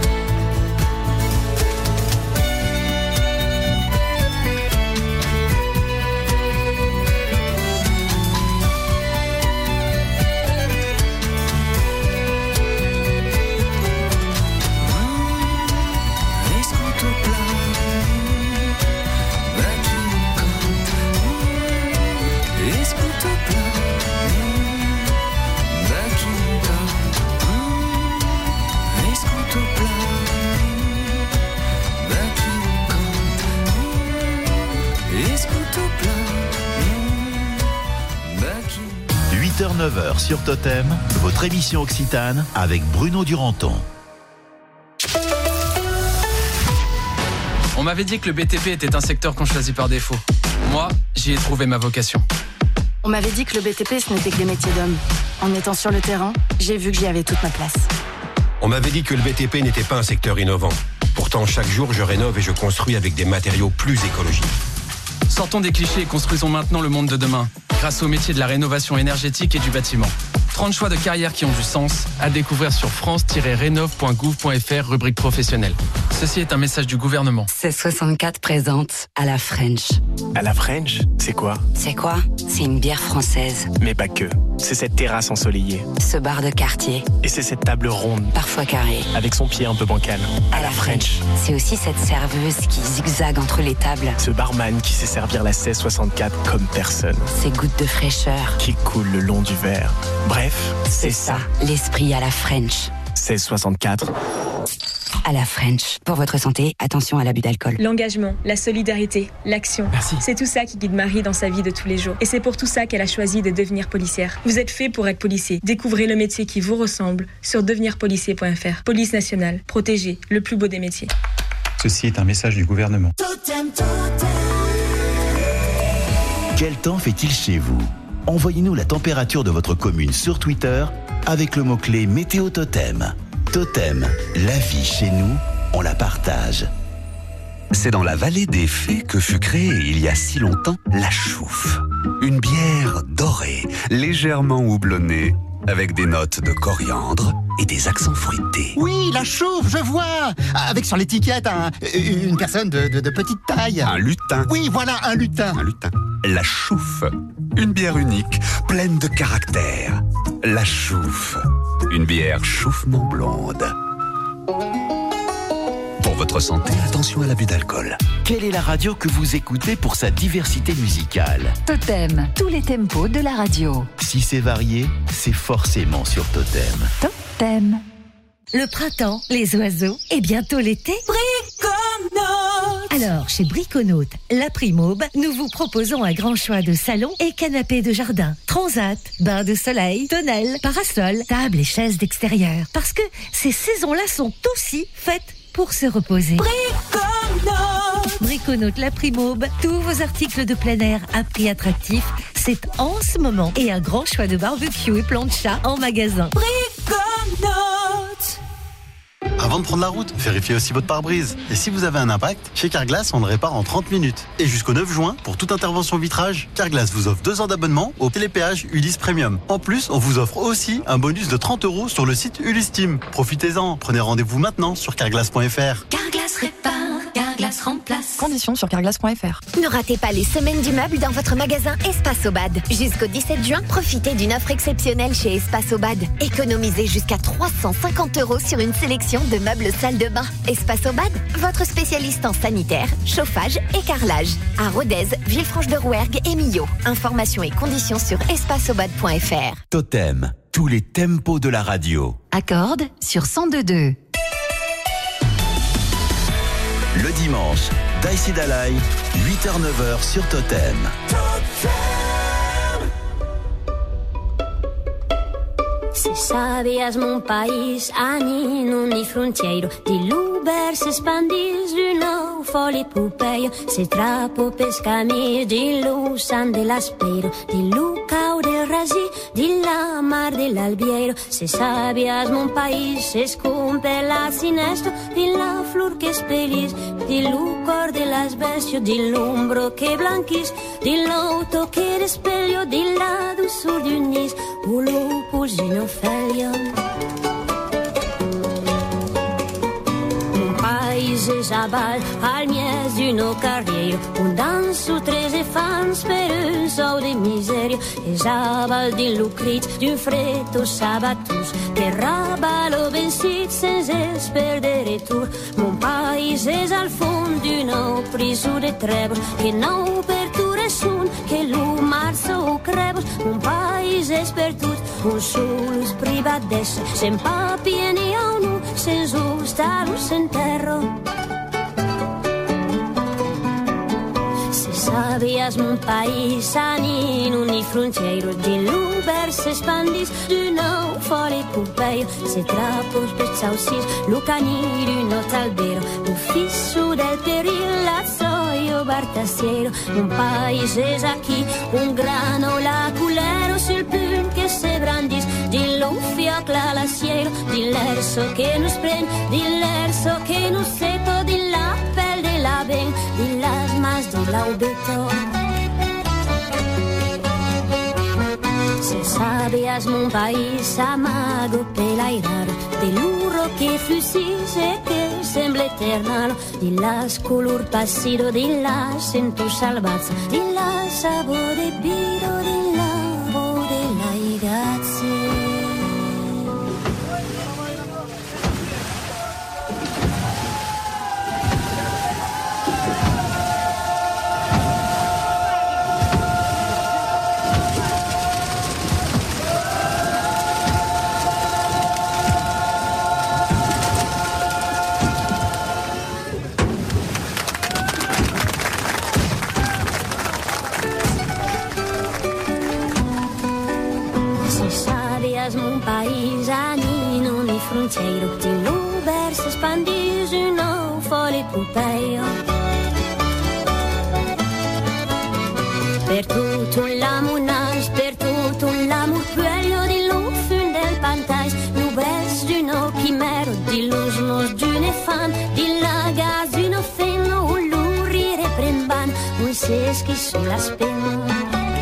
huit heures neuf heures sur Totem, votre émission Occitane avec Bruno Duranton. On m'avait dit que le B T P était un secteur qu'on choisit par défaut. Moi, j'y ai trouvé ma vocation. On m'avait dit que le B T P, ce n'était que des métiers d'hommes. En étant sur le terrain, j'ai vu que j'y avais toute ma place. On m'avait dit que le B T P n'était pas un secteur innovant. Pourtant, chaque jour, je rénove et je construis avec des matériaux plus écologiques. Sortons des clichés et construisons maintenant le monde de demain, grâce au métier de la rénovation énergétique et du bâtiment. trente choix de carrière qui ont du sens, à découvrir sur france tiret rénov point gouv point f r, rubrique professionnelle. Ceci est un message du gouvernement. seize soixante-quatre présente à la French. À la French, c'est quoi? C'est quoi? C'est une bière française. Mais pas que. C'est cette terrasse ensoleillée. Ce bar de quartier. Et c'est cette table ronde. Parfois carrée. Avec son pied un peu bancal. À, à la French. C'est aussi cette serveuse qui zigzague entre les tables. Ce barman qui sait servir la seize soixante-quatre comme personne. Ces gouttes de fraîcheur. Qui coulent le long du verre. Bref, c'est, c'est ça. ça. L'esprit à la French. seize soixante-quatre. À la French. Pour votre santé, attention à l'abus d'alcool. L'engagement, la solidarité, l'action. Merci. C'est tout ça qui guide Marie dans sa vie de tous les jours. Et c'est pour tout ça qu'elle a choisi de devenir policière. Vous êtes fait pour être policier. Découvrez le métier qui vous ressemble sur devenir policier point f r. Police nationale. Protégée. Le plus beau des métiers. Ceci est un message du gouvernement. Totem, totem. Quel temps fait-il chez vous? Envoyez-nous la température de votre commune sur Twitter avec le mot-clé Météo Totem. Totem, la vie chez nous, on la partage. C'est dans la vallée des Fées que fut créée il y a si longtemps la chouffe. Une bière dorée, légèrement houblonnée, avec des notes de coriandre et des accents fruités. Oui, la chouffe, je vois. Avec sur l'étiquette un, une personne de, de, de petite taille. Un lutin. Oui, voilà, un lutin. Un lutin. La chouffe. Une bière unique, pleine de caractère. La chouffe. Une bière chauffement blonde. Pour votre santé, attention à l'abus d'alcool. Quelle est la radio que vous écoutez pour sa diversité musicale? Totem, tous les tempos de la radio. Si c'est varié, c'est forcément sur Totem. Totem. Le printemps, les oiseaux et bientôt l'été. Briconote. Alors, chez Briconote, la prime aube, nous vous proposons un grand choix de salons et canapés de jardin, transat, bains de soleil, tonnelles, parasols, tables et chaises d'extérieur. Parce que ces saisons-là sont aussi faites pour se reposer. Briconote. Briconote, la prime aube, tous vos articles de plein air à prix attractif, c'est en ce moment. Et un grand choix de barbecue et plans de chat en magasin. Briconote. Avant de prendre la route, vérifiez aussi votre pare-brise. Et si vous avez un impact, chez Carglass, on le répare en trente minutes. Et jusqu'au neuf juin, pour toute intervention vitrage, Carglass vous offre deux ans d'abonnement au télépéage Ulysse Premium. En plus, on vous offre aussi un bonus de trente euros sur le site Ulysse Team. Profitez-en, prenez rendez-vous maintenant sur carglass point f r. Carglass répare, Carglass remplace. Conditions sur carglass point f r. Ne ratez pas les semaines du meuble dans votre magasin Espace Aubade. Jusqu'au dix-sept juin, profitez d'une offre exceptionnelle chez Espace Aubade. Économisez jusqu'à trois cent cinquante euros sur une sélection de meubles salle de bain. Espace Aubade, votre spécialiste en sanitaire, chauffage et carrelage. À Rodez, Villefranche-de-Rouergue et Millau. Informations et conditions sur espace aubade point f r. Totem, tous les tempos de la radio. Accorde sur cent deux virgule deux. Le dimanche, Daïsi Dalai, huit heures neuf heures sur Totem. Se sabias mon país, ani ni frontiero, di l'uber se spandis du nou foli pupeio, se trapo pescamis, di l'usan de l'aspero, di l'ucau del rasi, di la mar dell'albiero. Se sabias mon país, se scumpe la sinestro, di la flor che spelis, di lucor de las bestio, di l'umbro che blanquis, di l'auto che despeglio, di la dulzur d'un nis, o lupus in Ophelia. Mon país és aval al mies d'uno carriero, un danso treze fans per un sou de miseria, és aval din lucrit d'un freto sabatus, que rabalo vencit sens esper de retur. Mon país és al fond d'una priso de trebos, que nou per tu resun, que l'u marzo o crebos. Mon país és per tot, un sulus privat d'esse, se'n papi e n'hi ha un, sens ustar-lo s'enterro. Se sabias mon país, anino ni frontiero, di l'uber se spandis, du nou foli pupeio, se trapos per saucis, lu cani d'un albero, lu fisso del peril, lazzoio bartassiero. Un país és aquí, un grano laculero sul punt che se brandis, di l'uffia clalassiero, di l'erso che nos pren, di l'erso che nos seto, di la pel de la ben, di las mas de l'aubeto. Se sabias mon país, amago pelairar, de l'urro che flusis e che sembla eternal, di las color passido, di la sentus salvazza, di la sabore piro, di la de la frontiero di l'Uber si spandis una folle epopeia. Per tutto l'amournage, per tutto l'amour puello di l'offun del pantage, l'Uber d'une chimère, d'illusions d'une femme, di la gaz d'une femme, où l'ourire premban, un seschi sulla spina.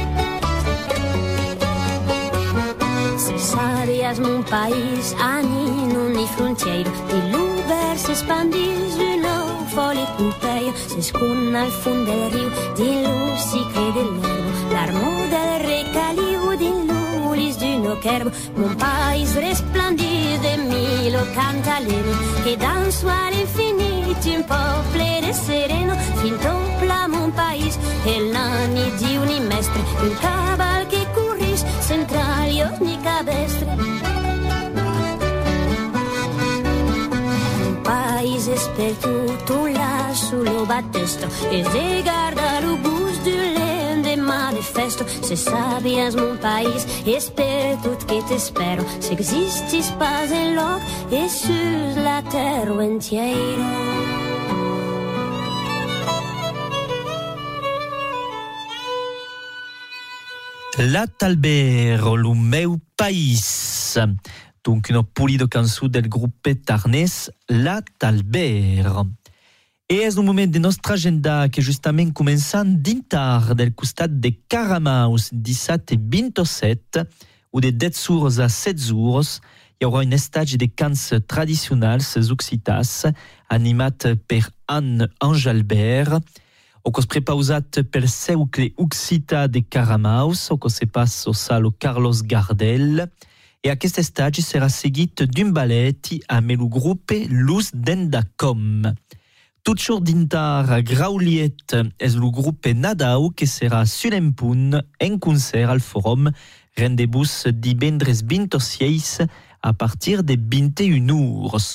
Se sabias mon país, ani non i frontiero, di l'Uber si spandis una folle epopeia, si scunna al fond del rio, di l'ussiche dell'erbo, l'armo del recalio, di l'ulis d'un cherbo, mon país resplendit de mille cantalene, che danzo all'infinito, un peuple sereno, fin topla mon país, e l'anni di unimestre, un caval che corris, centrali ogni cabestre. Un paese sperduto là sullo battesto, e se guarda lo bus du l'endemà de festo. Se sabias mon país, esperdut che te spero, se existis pas en loc, e sus la terra entiero. La Talbero, lo meu país. Donc une poli de cançó del grup tarnès La Talbero. E és un moment de nostra agenda que justament començant dintar del costat de Caramaus dissabte vint-i-set, ou de dez jours a set jours, hi haurà un estatge de cants tradicionals occitats animat per Anne Anjalbert, o cos prepausat pel Cercle Occità de Caramaus, o cos se passa au salo Carlos Gardel, e aquest estatge serà seguit d'un ballet amb el grup Luz d'Endacom. Tot jour dintar a Grauliet és el grup Nadau que serà sur un punt en concert al Forum Rendezvous divendres vint-i-sis a partir de vint i una hores.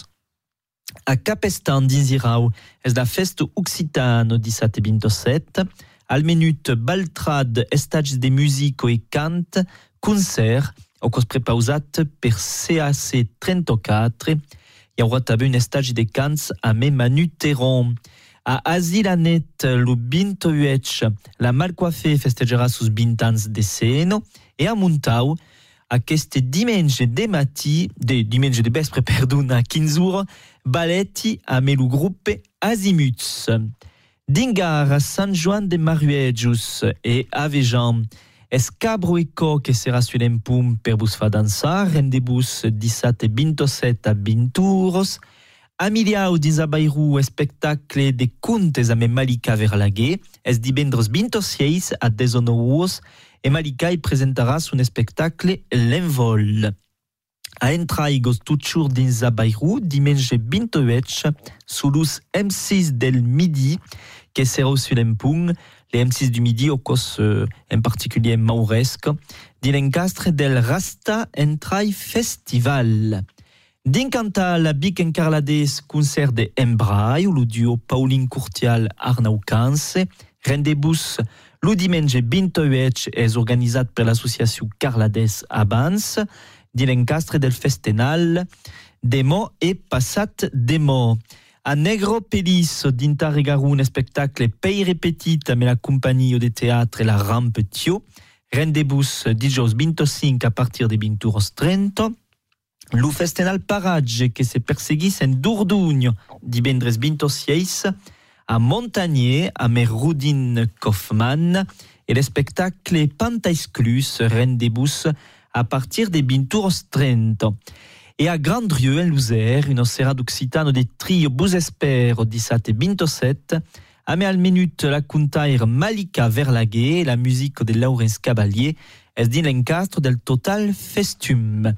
A Capestan dins Irau és la festa occitano dissabte vint-i-set, al menut baltrad estatges de musico e cant, concert, o cos prepausat per C A C trenta-quatre, hi haurà també un estatge de cants amb Manu Teron. A Asilanet, el vint-i-vuit, la Malcoiffé festejarà sus vint anys de seno, e a Montau, aquest diumenge de matí, de diumenge de vespre, perdó, a quinze hores, balletti amb el grup Azimuts. Dingar a Sant Joan de Maruejos e Avejan, Escabro e Co que serà sur un punt per vos fa dansar, rendezvous dissabte vint-i-set a vint hores. A Miliau dins a Bairou, espectacle de contes amb Malika Verlaguer, és divendres vint-i-sis a dez hores, e Malika hi presentarà son espectacle L'Envol. A Entraigos, toujours dins a Bairou, diumenge vint-i-vuit, sous l'us M sis del midi, que serà sur un punt, les M sis du midi, au cos euh, en particulier mauresque, de l'encastre del Rasta Entrai Festival. D'incanta la Bic Encarlades concert de Embrai, ou le duo Pauline Courtial Arnau Canse, rendezvous le diumenge vint-i-vuit és organitzat per l'associació Carlades Abans, de l'encastre del Festenal, demò e passat demò. A Negro Pelis, dintar regarou un spectacle Pei Repetit amb la compagnie de teatre La Rampe Tio, rendezvous dijous vint-i-cinc a partir de vint heures trenta. Lo Festenal Paratge que se perseguís en Dordogne, divendres vint-i-sis, a Montagnier amb Rudin Kaufmann, et le spectacle Pantaisclus, rendezvous a partir de vint heures trenta. E a Grandrieu, en Luzère, une serra d'Occitano de trio Bus Esper, dissabte vint-i-set, amb al menut la contaire Malika Verlaguer, la musique de Laurence Cavalier, és dins l'encastre del Total Festum.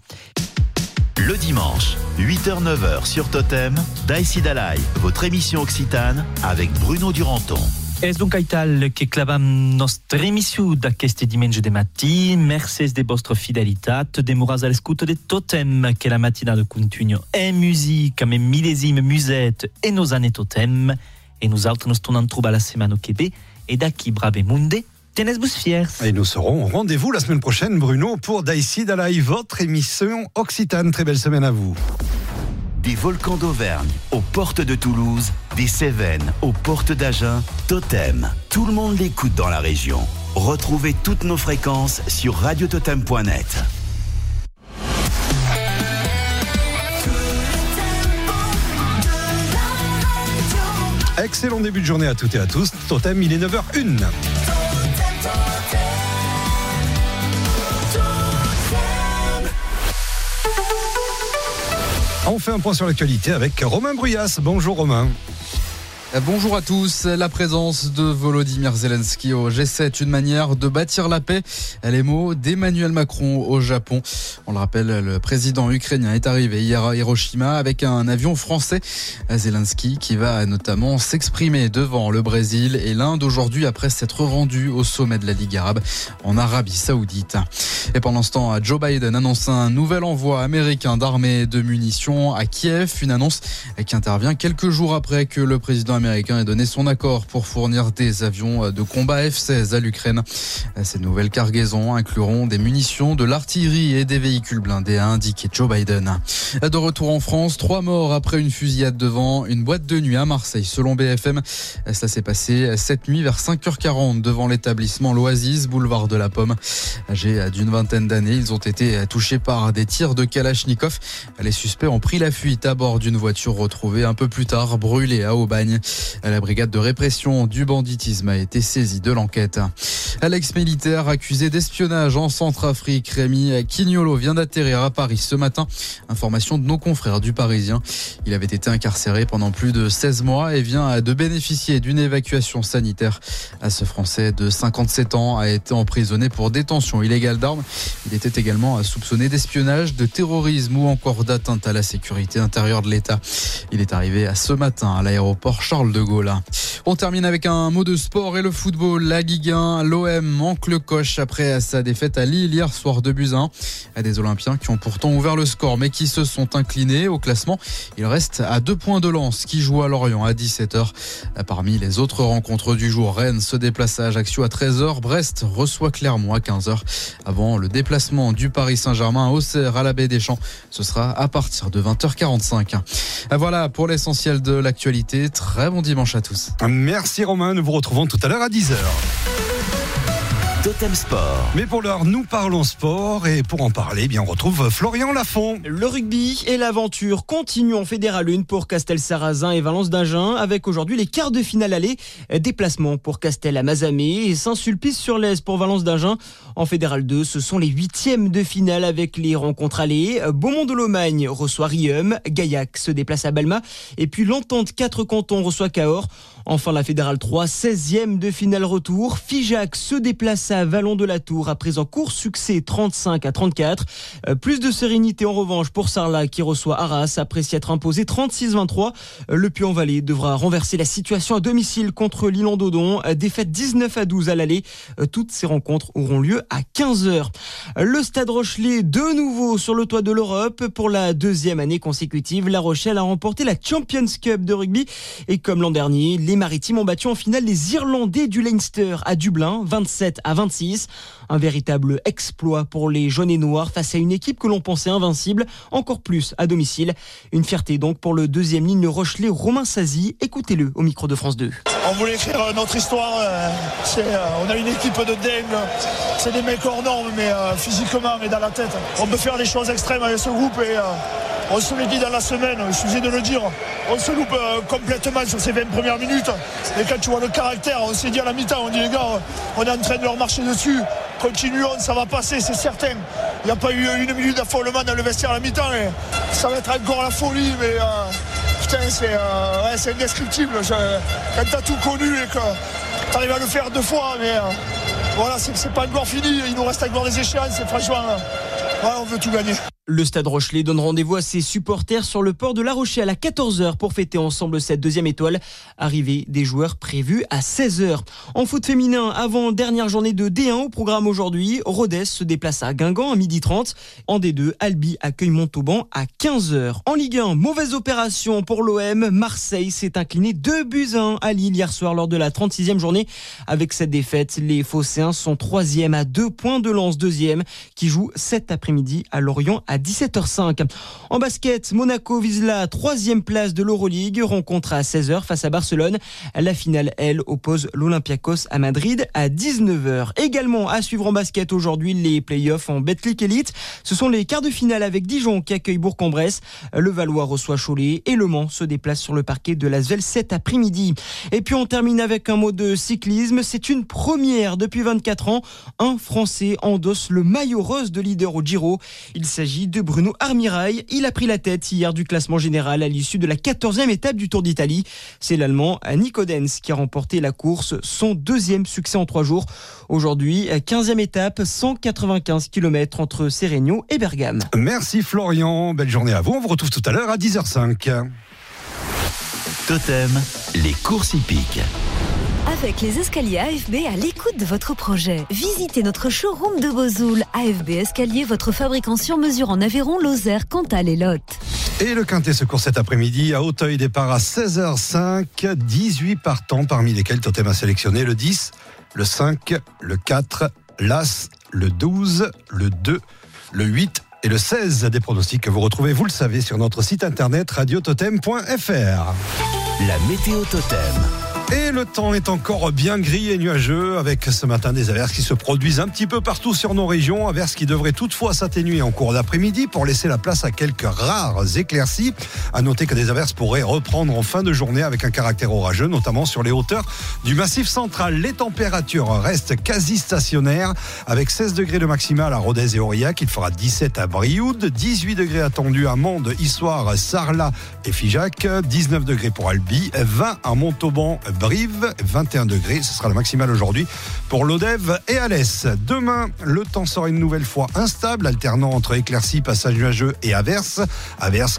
Le dimanche, huit heures neuf heures sur Totem, Daïsi Dalai, votre émission occitane avec Bruno Duranton. És donc aital que clavam nostra émission d'aquest diumenge de matí. Merci de vostra fidelitat. Demoraz a l'escuta de Totem, que la matinada continua en musique, amb milésime musette e nos années Totem. Et nous autres nous tornons trobar la setmana que ve. Et d'aquí, brave monde, tenez-vous fiers. Et nous serons au rendez-vous la semaine prochaine, Bruno, pour Daïsi Dalai, votre émission occitane. Très belle semaine à vous. Des volcans d'Auvergne aux portes de Toulouse, des Cévennes aux portes d'Agen, Totem. Tout le monde l'écoute dans la région. Retrouvez toutes nos fréquences sur radio totem point net. Excellent début de journée à toutes et à tous. Totem, il est neuf heures une. On fait un point sur l'actualité avec Romain Bruyas. Bonjour Romain. Bonjour à tous. La présence de Volodymyr Zelensky au G sept, une manière de bâtir la paix. Les mots d'Emmanuel Macron au Japon. On le rappelle, le président ukrainien est arrivé hier à Hiroshima avec un avion français. Zelensky qui va notamment s'exprimer devant le Brésil et l'Inde aujourd'hui après s'être rendu au sommet de la Ligue arabe en Arabie Saoudite. Et pendant ce temps, Joe Biden annonce un nouvel envoi américain d'armées et de munitions à Kiev. Une annonce qui intervient quelques jours après que le président américain ait donné son accord pour fournir des avions de combat F seize à l'Ukraine. Ces nouvelles cargaisons incluront des munitions, de l'artillerie et des véhicules blindés, a indiqué Joe Biden. De retour en France, trois morts après une fusillade devant une boîte de nuit à Marseille, selon B F M. Cela s'est passé cette nuit vers cinq heures quarante devant l'établissement L'Oasis, boulevard de la Pomme. Âgés d'une vingtaine d'années, ils ont été touchés par des tirs de Kalachnikov. Les suspects ont pris la fuite à bord d'une voiture retrouvée un peu plus tard, brûlée à Aubagne. La brigade de répression du banditisme a été saisie de l'enquête. L'ex-militaire accusé d'espionnage en Centrafrique, Rémi Quignolo, vient d'atterrir à Paris ce matin. Information de nos confrères du Parisien. Il avait été incarcéré pendant plus de seize mois et vient de bénéficier d'une évacuation sanitaire. Ce Français de cinquante-sept ans a été emprisonné pour détention illégale d'armes. Il était également soupçonné d'espionnage, de terrorisme ou encore d'atteinte à la sécurité intérieure de l'État. Il est arrivé à ce matin à l'aéroport Charles de Gaulle. On termine avec un mot de sport et le football. La Ligue un, l'O M manque le coche après sa défaite à Lille hier soir deux buts à un. Des Olympiens qui ont pourtant ouvert le score mais qui se sont inclinés au classement. Il reste à deux points de Lens qui joue à Lorient à dix-sept heures. Parmi les autres rencontres du jour, Rennes se déplace à Ajaccio à treize heures. Brest reçoit Clermont à quinze heures. Avant le déplacement du Paris Saint-Germain à Auxerre à la Baie des Champs, ce sera à partir de vingt heures quarante-cinq. Voilà pour l'essentiel de l'actualité. Très bon dimanche à tous. Merci Romain, nous vous retrouvons tout à l'heure à dix heures. Totem Sport. Mais pour l'heure, nous parlons sport et pour en parler, eh bien, on retrouve Florian Lafont. Le rugby et l'aventure continuent en Fédéral un pour Castel-Sarrazin et Valence d'Agen avec aujourd'hui les quarts de finale aller. Déplacement pour Castel à Mazamet et Saint-Sulpice-sur-Lez pour Valence d'Agen. En Fédéral deux, ce sont les huitièmes de finale avec les rencontres allées. Beaumont-de-Lomagne reçoit Riom, Gaillac se déplace à Balma et puis l'Entente quatre cantons reçoit Cahors. Enfin la Fédérale trois, seizième de finale retour. Figeac se déplace à Vallon de la Tour après un court succès trente-cinq à trente-quatre. Euh, plus de sérénité en revanche pour Sarlat qui reçoit Arras après s'y être imposé trente-six vingt-trois. Euh, le Puy-en-Velay devra renverser la situation à domicile contre Lille-en-Dodon. Euh, défaite dix-neuf à douze à l'aller. Euh, toutes ces rencontres auront lieu à quinze heures. Euh, le Stade Rochelais de nouveau sur le toit de l'Europe. Pour la deuxième année consécutive, La Rochelle a remporté la Champions Cup de rugby. Et comme l'an dernier, les Maritimes ont battu en finale les Irlandais du Leinster à Dublin, vingt-sept à vingt-six. Un véritable exploit pour les jaunes et noirs face à une équipe que l'on pensait invincible, encore plus à domicile. Une fierté donc pour le deuxième ligne Rochelais Romain Sazi. Écoutez-le au micro de France deux. On voulait écrire notre histoire. C'est, on a une équipe de dingue. C'est des mecs hors normes, mais euh, physiquement, mais dans la tête. On peut faire des choses extrêmes avec ce groupe et euh, on se l'est dit dans la semaine, il suffisait de le dire. On se loupe euh, complètement sur ces vingt premières minutes. Et quand tu vois le caractère, on s'est dit à la mi-temps, on dit les gars, on est en train de leur marcher dessus. Continuons, ça va passer, c'est certain. Il n'y a pas eu une minute d'affolement dans le vestiaire à la mi-temps. Et ça va être encore la folie, mais euh, putain, c'est, euh, ouais, c'est indescriptible. Je, quand tu as tout connu et que tu arrives à le faire deux fois, mais euh, voilà, c'est, c'est pas encore fini. Il nous reste encore des échéances et franchement, euh, ouais, on veut tout gagner. Le Stade Rochelais donne rendez-vous à ses supporters sur le port de La Rochelle à quatorze heures pour fêter ensemble cette deuxième étoile. Arrivée des joueurs prévus à seize heures. En foot féminin, avant dernière journée de D un au programme aujourd'hui, Rodez se déplace à Guingamp à midi trente. En D deux, Albi accueille Montauban à quinze heures. En Ligue un, mauvaise opération pour l'O M. Marseille s'est incliné deux buts à un à Lille hier soir lors de la trente-sixième journée. Avec cette défaite, les Phocéens sont troisième à deux points de Lens deuxième qui joue cet après-midi à Lorient à à dix-sept heures cinq. En basket, Monaco vise la troisième place de l'Euroleague. Rencontre à seize heures face à Barcelone. La finale, elle, oppose l'Olympiakos à Madrid à dix-neuf heures. Également à suivre en basket aujourd'hui, les playoffs en Betclic Elite. Ce sont les quarts de finale avec Dijon qui accueille Bourg-en-Bresse. Le Valois reçoit Cholet et Le Mans se déplace sur le parquet de l'Asvel cet après-midi. Et puis on termine avec un mot de cyclisme. C'est une première depuis vingt-quatre ans. Un Français endosse le maillot rose de leader au Giro. Il s'agit de Bruno Armirail. Il a pris la tête hier du classement général à l'issue de la quatorzième étape du Tour d'Italie. C'est l'Allemand Nico Denz qui a remporté la course, son deuxième succès en trois jours. Aujourd'hui, quinzième étape, cent quatre-vingt-quinze kilomètres entre Seregno et Bergame. Merci Florian, belle journée à vous. On vous retrouve tout à l'heure à dix heures cinq. Totem, les courses hippiques. Avec les escaliers A F B à l'écoute de votre projet. Visitez notre showroom de Bozoul. A F B Escalier, votre fabricant sur mesure en Aveyron, Lozère, Cantal et Lot. Et le Quintet se court cet après-midi à Auteuil, départ à seize heures cinq. dix-huit partants, parmi lesquels Totem a sélectionné le dix, le cinq, le quatre, l'As, le douze, le deux, le huit et le seize. Des pronostics que vous retrouvez, vous le savez, sur notre site internet radio totem point f r. La météo Totem. Et le temps est encore bien gris et nuageux avec ce matin des averses qui se produisent un petit peu partout sur nos régions. Averses qui devraient toutefois s'atténuer en cours d'après-midi pour laisser la place à quelques rares éclaircies. À noter que des averses pourraient reprendre en fin de journée avec un caractère orageux, notamment sur les hauteurs du Massif central. Les températures restent quasi stationnaires avec seize degrés de maximal à Rodez et Aurillac. Il fera dix-sept à Brioude, dix-huit degrés attendus à Mende, Issoire, Sarlat et Figeac, dix-neuf degrés pour Albi, vingt à Montauban, Brive, vingt et un degrés, ce sera le maximal aujourd'hui pour Lodève et Alès. Demain, le temps sera une nouvelle fois instable, alternant entre éclaircies, passages nuageux et averses. Averses